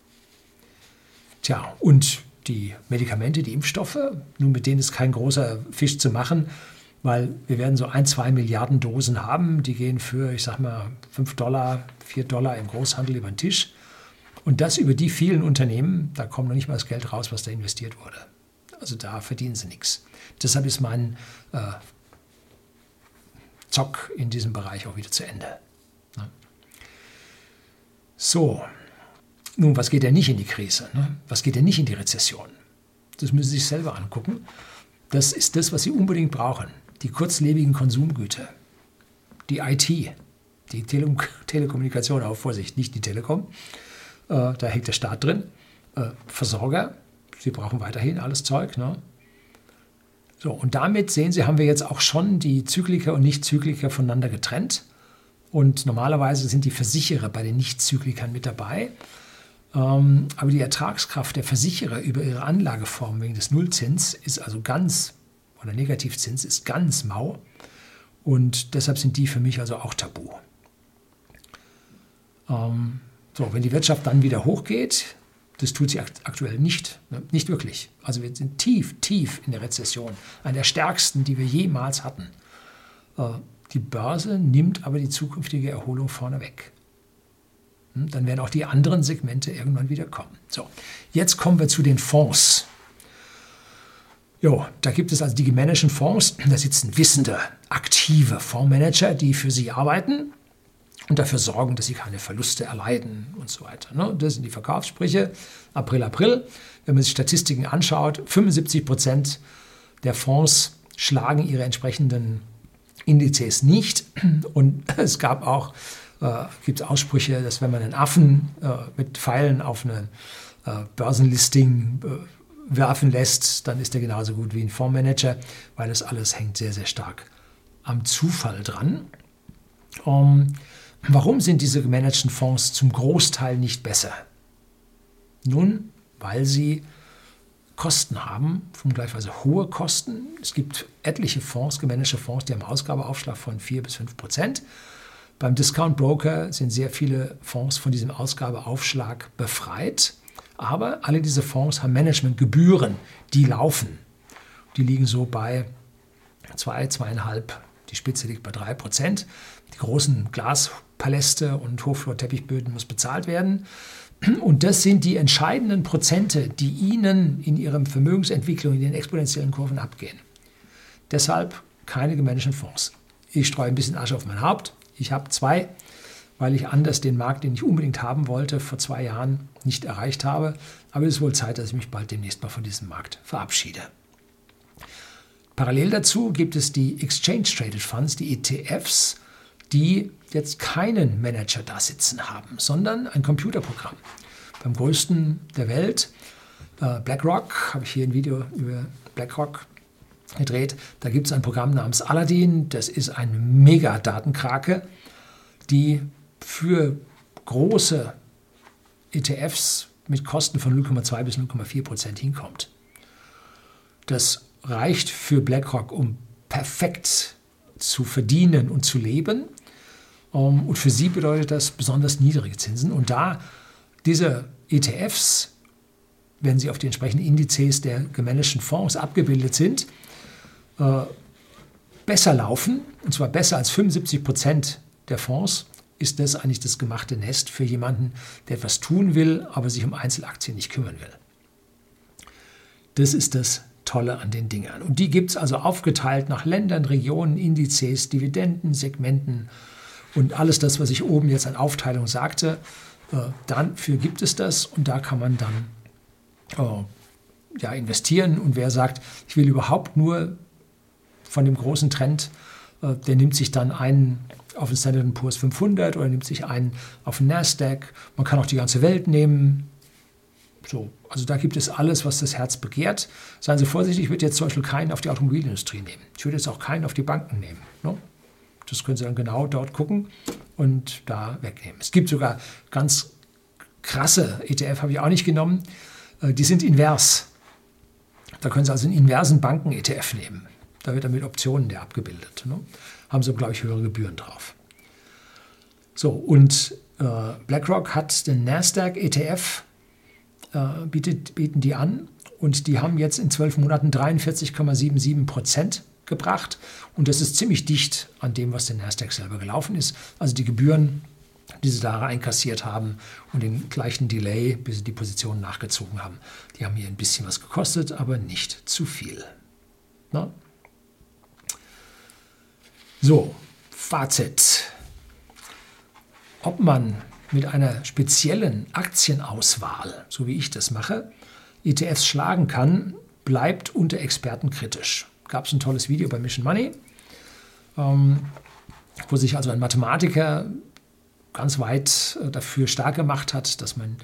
Tja, und die Medikamente, die Impfstoffe, nun mit denen ist kein großer Fisch zu machen, weil wir werden so 1-2 Milliarden Dosen haben, die gehen für, ich sag mal, $5, $4 im Großhandel über den Tisch. Und das über die vielen Unternehmen, da kommt noch nicht mal das Geld raus, was da investiert wurde. Also da verdienen sie nichts. Deshalb ist mein Zock in diesem Bereich auch wieder zu Ende. Ja. So, nun, was geht denn nicht in die Krise? Ne? Was geht denn nicht in die Rezession? Das müssen Sie sich selber angucken. Das ist das, was Sie unbedingt brauchen. Die kurzlebigen Konsumgüter, die IT, die Telekommunikation, aber Vorsicht, nicht die Telekom, da hängt der Staat drin, Versorger, Sie brauchen weiterhin alles Zeug. Ne? So, und damit sehen Sie, haben wir jetzt auch schon die Zykliker und Nicht-Zykliker voneinander getrennt. Und normalerweise sind die Versicherer bei den Nicht-Zyklikern mit dabei. Aber die Ertragskraft der Versicherer über ihre Anlageform wegen des Nullzins ist also ganz, oder Negativzins ist ganz mau. Und deshalb sind die für mich also auch tabu. So, wenn die Wirtschaft dann wieder hochgeht, das tut sie aktuell nicht, ne? Nicht wirklich. Also wir sind tief, tief in der Rezession, eine der stärksten, die wir jemals hatten. Die Börse nimmt aber die zukünftige Erholung vorne weg. Dann werden auch die anderen Segmente irgendwann wieder kommen. So, jetzt kommen wir zu den Fonds. Jo, da gibt es also die gemanagten Fonds. Da sitzen wissende, aktive Fondsmanager, die für Sie arbeiten und dafür sorgen, dass Sie keine Verluste erleiden und so weiter. Ne? Das sind die Verkaufssprüche. April, April. Wenn man sich Statistiken anschaut, 75% der Fonds schlagen ihre entsprechenden Indizes nicht. Und es gab auch gibt Aussprüche, dass wenn man einen Affen mit Pfeilen auf ein Börsenlisting werfen lässt, dann ist er genauso gut wie ein Fondsmanager, weil das alles hängt sehr, sehr stark am Zufall dran. Warum sind diese gemanagten Fonds zum Großteil nicht besser? Nun, weil sie Kosten haben, vergleichsweise hohe Kosten. Es gibt etliche Fonds, gemanagte Fonds, die haben einen Ausgabeaufschlag von 4-5%. Beim Discount Broker sind sehr viele Fonds von diesem Ausgabeaufschlag befreit. Aber alle diese Fonds haben Managementgebühren, die laufen. Die liegen so bei 2,5%. Die Spitze liegt bei 3%. Die großen Glaspaläste und Hochflor-Teppichböden muss bezahlt werden. Und das sind die entscheidenden Prozente, die Ihnen in Ihrer Vermögensentwicklung in den exponentiellen Kurven abgehen. Deshalb keine gemanagten Fonds. Ich streue ein bisschen Asche auf mein Haupt. Ich habe 2, weil ich anders den Markt, den ich unbedingt haben wollte, vor 2 Jahren nicht erreicht habe. Aber es ist wohl Zeit, dass ich mich bald demnächst mal von diesem Markt verabschiede. Parallel dazu gibt es die Exchange Traded Funds, die ETFs, die jetzt keinen Manager da sitzen haben, sondern ein Computerprogramm. Beim größten der Welt, BlackRock, habe ich hier ein Video über BlackRock gedreht. Da gibt es ein Programm namens Aladdin. Das ist eine Mega-Datenkrake, die für große ETFs mit Kosten von 0,2 bis 0,4% hinkommt. Das reicht für BlackRock, um perfekt zu verdienen und zu leben. Und für sie bedeutet das besonders niedrige Zinsen. Und da diese ETFs, wenn sie auf die entsprechenden Indizes der gemanagten Fonds abgebildet sind, besser laufen, und zwar besser als 75% der Fonds, ist das eigentlich das gemachte Nest für jemanden, der etwas tun will, aber sich um Einzelaktien nicht kümmern will. Das ist das Tolle an den Dingern. Und die gibt es also aufgeteilt nach Ländern, Regionen, Indizes, Dividenden, Segmenten und alles das, was ich oben jetzt an Aufteilung sagte. Dafür gibt es das und da kann man dann investieren. Und wer sagt, ich will überhaupt nur von dem großen Trend, der nimmt sich dann einen auf den Standard & Poor's 500 oder nimmt sich einen auf den Nasdaq. Man kann auch die ganze Welt nehmen. So, also da gibt es alles, was das Herz begehrt. Seien Sie vorsichtig, ich würde jetzt zum Beispiel keinen auf die Automobilindustrie nehmen. Ich würde jetzt auch keinen auf die Banken nehmen. Ne? Das können Sie dann genau dort gucken und da wegnehmen. Es gibt sogar ganz krasse ETF, habe ich auch nicht genommen. Die sind invers. Da können Sie also einen inversen Banken-ETF nehmen. Da wird dann mit Optionen der abgebildet. Ne? Haben Sie, glaube ich, höhere Gebühren drauf. So, und BlackRock hat den Nasdaq ETF, bieten die an und die haben jetzt in 12 Monaten 43,77% gebracht und das ist ziemlich dicht an dem, was der Nasdaq selber gelaufen ist. Also die Gebühren, die sie da einkassiert haben und den gleichen Delay, bis sie die Positionen nachgezogen haben, die haben hier ein bisschen was gekostet, aber nicht zu viel. Na? So, Fazit. Ob man mit einer speziellen Aktienauswahl, so wie ich das mache, ETFs schlagen kann, bleibt unter Experten kritisch. Gab es ein tolles Video bei Mission Money, wo sich also ein Mathematiker ganz weit dafür stark gemacht hat, dass man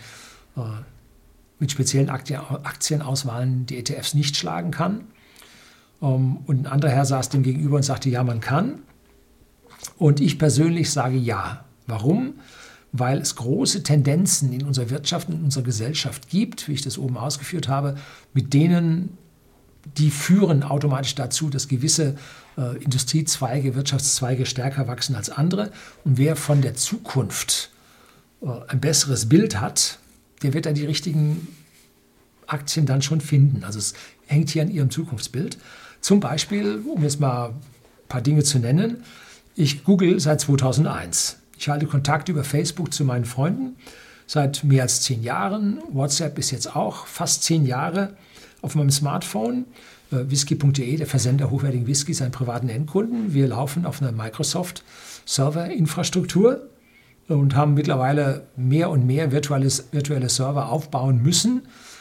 mit speziellen Aktienauswahlen die ETFs nicht schlagen kann. Und ein anderer Herr saß dem gegenüber und sagte, ja, man kann. Und ich persönlich sage ja. Warum? Weil es große Tendenzen in unserer Wirtschaft und in unserer Gesellschaft gibt, wie ich das oben ausgeführt habe, mit denen, die führen automatisch dazu, dass gewisse Industriezweige, Wirtschaftszweige stärker wachsen als andere. Und wer von der Zukunft ein besseres Bild hat, der wird dann die richtigen Aktien dann schon finden. Also es hängt hier an ihrem Zukunftsbild. Zum Beispiel, um jetzt mal ein paar Dinge zu nennen, ich google seit 2001. Ich halte Kontakt über Facebook zu meinen Freunden seit mehr als 10 Jahren. WhatsApp ist jetzt auch fast 10 Jahre auf meinem Smartphone. Whisky.de, der Versender hochwertigen Whiskys an privaten Endkunden. Wir laufen auf einer Microsoft-Server-Infrastruktur und haben mittlerweile mehr und mehr virtuelle Server aufbauen müssen,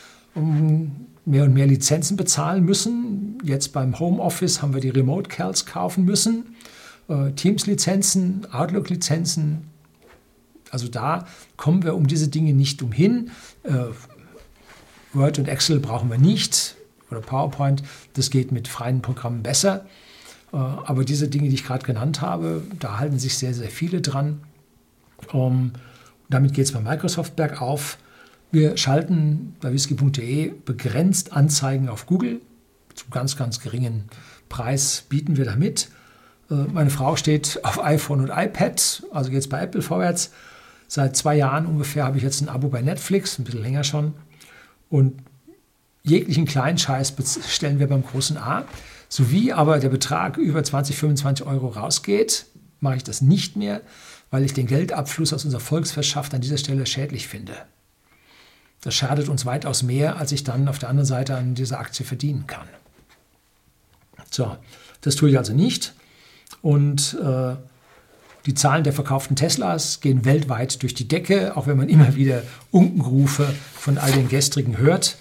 mehr und mehr Lizenzen bezahlen müssen. Jetzt beim Homeoffice haben wir die Remote-Calls kaufen müssen. Teams-Lizenzen, Outlook-Lizenzen. Also da kommen wir um diese Dinge nicht umhin. Word und Excel brauchen wir nicht oder PowerPoint. Das geht mit freien Programmen besser. Aber diese Dinge, die ich gerade genannt habe, da halten sich sehr, sehr viele dran. Damit geht es bei Microsoft bergauf. Wir schalten bei whisky.de begrenzt Anzeigen auf Google. Zum ganz, ganz geringen Preis bieten wir da mit. Meine Frau steht auf iPhone und iPad, also geht es bei Apple vorwärts. Seit 2 Jahren ungefähr habe ich jetzt ein Abo bei Netflix, ein bisschen länger schon. Und jeglichen kleinen Scheiß bestellen wir beim großen A. Sowie aber der Betrag über 20, 25 Euro rausgeht, mache ich das nicht mehr, weil ich den Geldabfluss aus unserer Volkswirtschaft an dieser Stelle schädlich finde. Das schadet uns weitaus mehr, als ich dann auf der anderen Seite an dieser Aktie verdienen kann. So, das tue ich also nicht. Und die Zahlen der verkauften Teslas gehen weltweit durch die Decke, auch wenn man immer wieder Unkenrufe von all den gestrigen hört.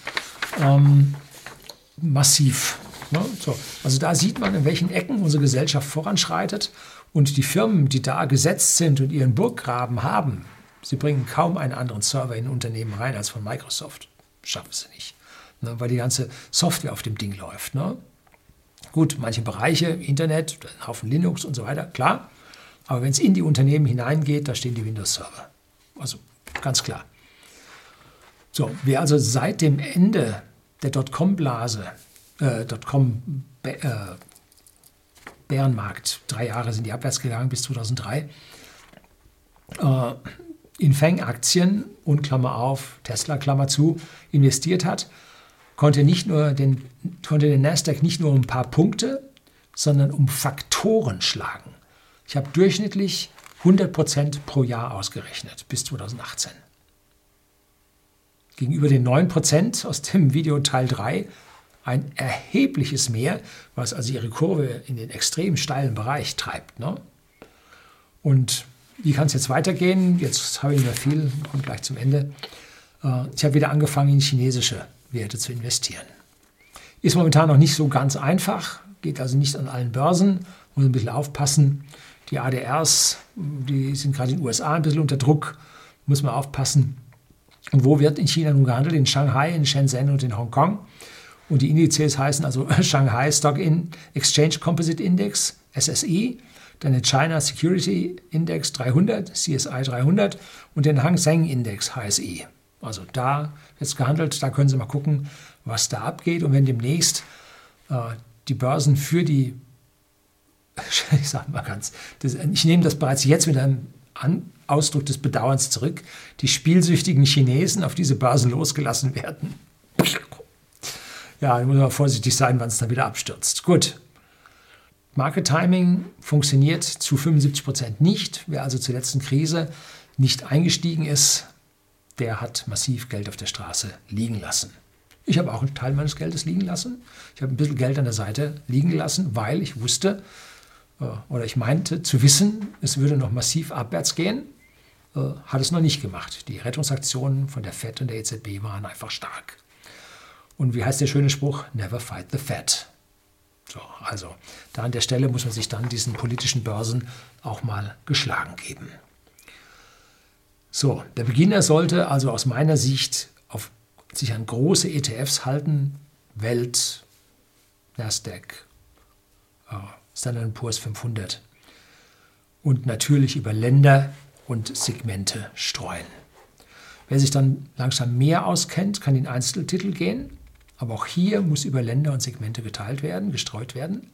Massiv. Ne? So. Also da sieht man, in welchen Ecken unsere Gesellschaft voranschreitet. Und die Firmen, die da gesetzt sind und ihren Burggraben haben, sie bringen kaum einen anderen Server in ein Unternehmen rein als von Microsoft. Schaffen sie nicht. Ne? Weil die ganze Software auf dem Ding läuft. Ne? Gut, manche Bereiche, Internet, ein Haufen Linux und so weiter, klar. Aber wenn es in die Unternehmen hineingeht, da stehen die Windows-Server. Also ganz klar. So, wer also seit dem Ende der Dotcom-Blase Bärenmarkt. 3 Jahre sind die abwärts gegangen bis 2003. In FANG-Aktien und Klammer auf, Tesla, Klammer zu, investiert hat, konnte den Nasdaq nicht nur um ein paar Punkte, sondern um Faktoren schlagen. Ich habe durchschnittlich 100% pro Jahr ausgerechnet bis 2018. Gegenüber den 9% aus dem Video Teil 3 ein erhebliches Mehr, was also ihre Kurve in den extrem steilen Bereich treibt. Ne? Und wie kann es jetzt weitergehen? Jetzt habe ich nicht mehr viel, kommt gleich zum Ende. Ich habe wieder angefangen, in chinesische Werte zu investieren. Ist momentan noch nicht so ganz einfach, geht also nicht an allen Börsen, muss ein bisschen aufpassen. Die ADRs, die sind gerade in den USA ein bisschen unter Druck, muss man aufpassen. Und wo wird in China nun gehandelt? In Shanghai, in Shenzhen und in Hongkong. Und die Indizes heißen also Shanghai Stock Exchange Composite Index, SSI, dann den China Security Index 300, CSI 300 und den Hang Seng Index, HSI. Also da wird es gehandelt, da können Sie mal gucken, was da abgeht. Und wenn demnächst die Börsen für die, ich sage mal ich nehme das bereits jetzt mit einem Ausdruck des Bedauerns zurück, die spielsüchtigen Chinesen auf diese Börsen losgelassen werden. Ja, da muss man vorsichtig sein, wann es dann wieder abstürzt. Gut. Market Timing funktioniert zu 75% nicht. Wer also zur letzten Krise nicht eingestiegen ist, der hat massiv Geld auf der Straße liegen lassen. Ich habe auch einen Teil meines Geldes liegen lassen. Ich habe ein bisschen Geld an der Seite liegen lassen, weil ich wusste oder ich meinte zu wissen, es würde noch massiv abwärts gehen. Hat es noch nicht gemacht. Die Rettungsaktionen von der Fed und der EZB waren einfach stark. Und wie heißt der schöne Spruch? Never fight the Fed. So, also da an der Stelle muss man sich dann diesen politischen Börsen auch mal geschlagen geben. So, der Beginner sollte also aus meiner Sicht sich an große ETFs halten, Welt, Nasdaq, Standard & Poor's 500 und natürlich über Länder und Segmente streuen. Wer sich dann langsam mehr auskennt, kann in Einzeltitel gehen, aber auch hier muss über Länder und Segmente geteilt werden, gestreut werden.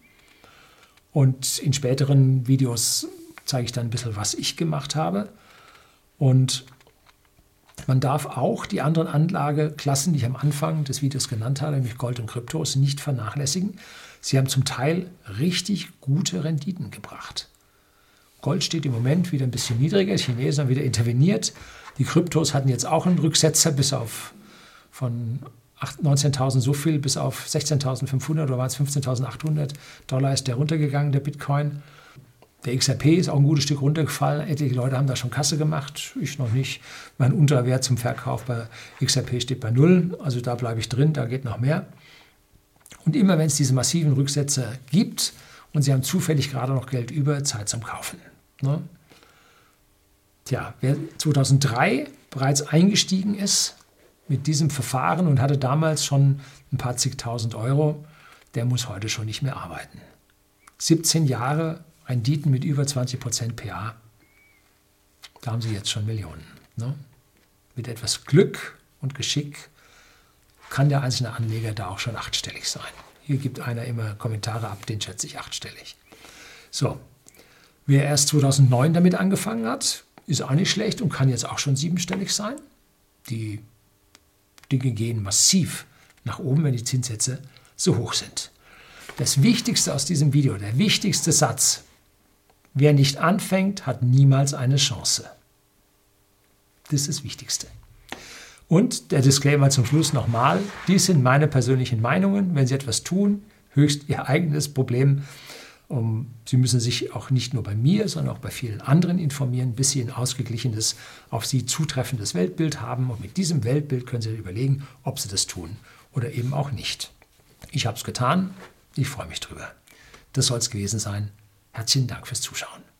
Und in späteren Videos zeige ich dann ein bisschen, was ich gemacht habe. Und man darf auch die anderen Anlageklassen, die ich am Anfang des Videos genannt habe, nämlich Gold und Kryptos, nicht vernachlässigen. Sie haben zum Teil richtig gute Renditen gebracht. Gold steht im Moment wieder ein bisschen niedriger, die Chinesen haben wieder interveniert. Die Kryptos hatten jetzt auch einen Rücksetzer bis auf von 19.000 so viel bis auf 16.500 oder waren es 15.800 Dollar ist der runtergegangen, der Bitcoin. Der XRP ist auch ein gutes Stück runtergefallen. Etliche Leute haben da schon Kasse gemacht, ich noch nicht. Mein unterer Wert zum Verkauf bei XRP steht bei 0, also da bleibe ich drin, da geht noch mehr. Und immer wenn es diese massiven Rücksätze gibt und Sie haben zufällig gerade noch Geld über, Zeit zum Kaufen. Ne? Tja, wer 2003 bereits eingestiegen ist mit diesem Verfahren und hatte damals schon ein paar zigtausend Euro, der muss heute schon nicht mehr arbeiten. 17 Jahre Renditen mit über 20% PA, da haben Sie jetzt schon Millionen. Ne? Mit etwas Glück und Geschick kann der einzelne Anleger da auch schon achtstellig sein. Hier gibt einer immer Kommentare ab, den schätze ich achtstellig. So, wer erst 2009 damit angefangen hat, ist auch nicht schlecht und kann jetzt auch schon siebenstellig sein. Die Dinge gehen massiv nach oben, wenn die Zinssätze so hoch sind. Das Wichtigste aus diesem Video, der wichtigste Satz: Wer nicht anfängt, hat niemals eine Chance. Das ist das Wichtigste. Und der Disclaimer zum Schluss nochmal: Dies sind meine persönlichen Meinungen. Wenn Sie etwas tun, höchst Ihr eigenes Problem. Sie müssen sich auch nicht nur bei mir, sondern auch bei vielen anderen informieren, bis Sie ein ausgeglichenes, auf Sie zutreffendes Weltbild haben. Und mit diesem Weltbild können Sie überlegen, ob Sie das tun oder eben auch nicht. Ich habe es getan. Ich freue mich drüber. Das soll es gewesen sein. Herzlichen Dank fürs Zuschauen.